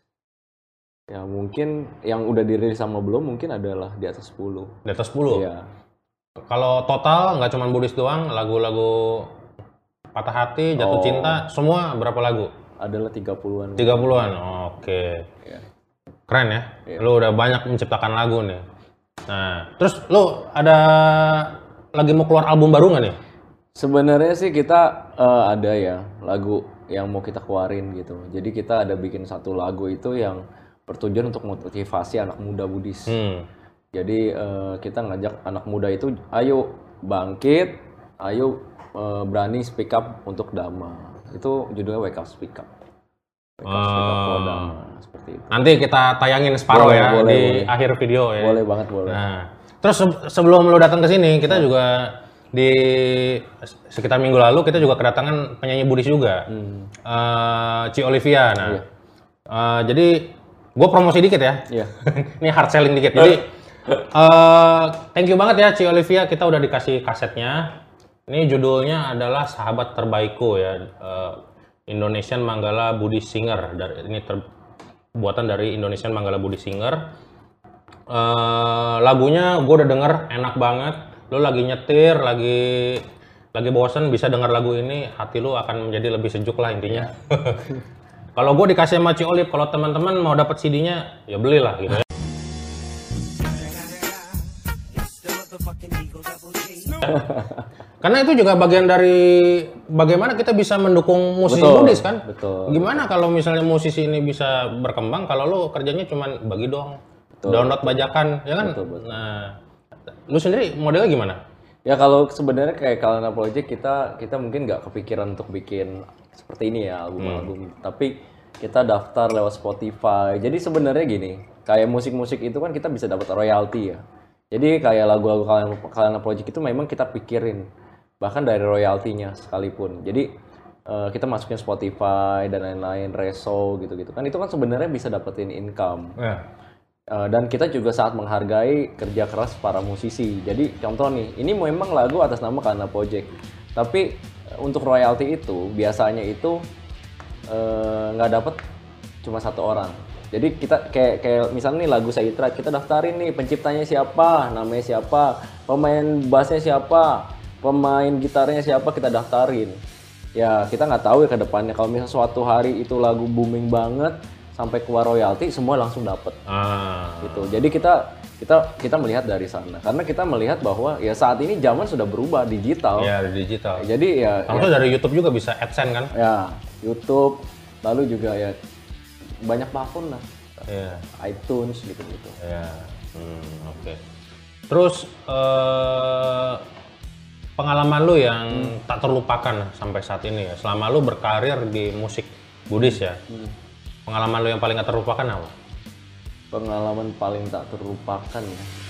ya mungkin yang udah dirilis sama belum mungkin adalah di atas sepuluh. Di atas sepuluh. Iya. Kalau total nggak cuma Buddhis doang, lagu-lagu patah hati, jatuh Oh. cinta, semua berapa lagu? Adalah tiga puluhan. tiga puluhan. Oke. Iya. Keren ya. Iya. Lu udah banyak menciptakan lagu nih. Nah, terus lu ada lagi mau keluar album baru nggak nih? Sebenarnya sih kita eh, ada ya lagu yang mau kita keluarin gitu. Jadi kita ada bikin satu lagu itu yang bertujuan untuk motivasi anak muda Buddhis. Hmm. Jadi eh, kita ngajak anak muda itu, ayo bangkit, ayo eh, berani speak up untuk Dhamma. Itu judulnya Wake Up Speak Up. Wake Up Speak Up for Oh. Dhamma, seperti itu. Nanti kita tayangin separuh Boleh, ya boleh, di boleh. akhir video ya. Boleh banget, boleh. Nah, terus se- sebelum lu datang ke sini, kita juga di sekitar minggu lalu kita juga kedatangan penyanyi Buddhis juga, Eh, Ci Olivia. Nah, Iya. eh, jadi gue promosi dikit ya. Iya. Ini hard selling dikit. Jadi eh, thank you banget ya Ci Olivia, kita udah dikasih kasetnya. Ini judulnya adalah Sahabat Terbaikku ya, eh, Indonesian Manggala Buddhist Singer. Dari ini terbuatan dari Indonesian Manggala Buddhist Singer. Eh, lagunya gue udah denger enak banget. Lo lagi nyetir, lagi lagi bosen bisa denger lagu ini, hati lu akan menjadi lebih sejuk lah intinya. Kalau gue dikasih sama Ci Olive, kalau teman-teman mau dapat C D-nya, ya belilah gitu ya. Karena itu juga bagian dari bagaimana kita bisa mendukung musisi Betul, Buddhis kan. betul. Gimana kalau misalnya musisi ini bisa berkembang kalau lu kerjanya cuma bagi dong, Betul. download bajakan, ya kan? Betul, betul. Nah, lu sendiri modelnya gimana? Ya kalau sebenarnya kayak Kalana Project kita kita mungkin nggak kepikiran untuk bikin seperti ini ya album-album, tapi kita daftar lewat Spotify. Jadi sebenarnya gini, kayak musik-musik itu kan kita bisa dapat royalti ya. Jadi kayak lagu-lagu Kalana, Kalana Project itu memang kita pikirin bahkan dari royaltinya sekalipun. Jadi eh, kita masukin Spotify dan lain-lain, Reso gitu-gitu kan itu kan sebenarnya bisa dapetin income. Ya. Uh, dan kita juga sangat menghargai kerja keras para musisi. Jadi contoh nih, ini memang lagu atas nama Kalana Project. Tapi uh, untuk royalti itu biasanya itu uh, nggak dapet cuma satu orang. Jadi kita kayak kayak misalnya nih lagu Saitra, kita daftarin nih penciptanya siapa, namanya siapa, pemain bassnya siapa, pemain gitarnya siapa, kita daftarin. Ya kita nggak tahu ya ke depannya. Kalau misalnya suatu hari itu lagu booming banget sampai keluar royalti, semua langsung dapet. Ah. Gitu. Jadi kita kita kita melihat dari sana karena kita melihat bahwa ya saat ini zaman sudah berubah digital. Ya, di digital. Jadi ya Langsung dari YouTube juga bisa AdSense kan? ya YouTube lalu juga ya banyak platform lah. Iya. iTunes gitu-gitu. Ya. Hmm, oke. Terus eh, pengalaman lu yang tak terlupakan sampai saat ini ya, selama lu berkarir di musik Buddhis ya. Pengalaman lu yang paling gak terlupakan apa? Pengalaman paling tak terlupakan ya.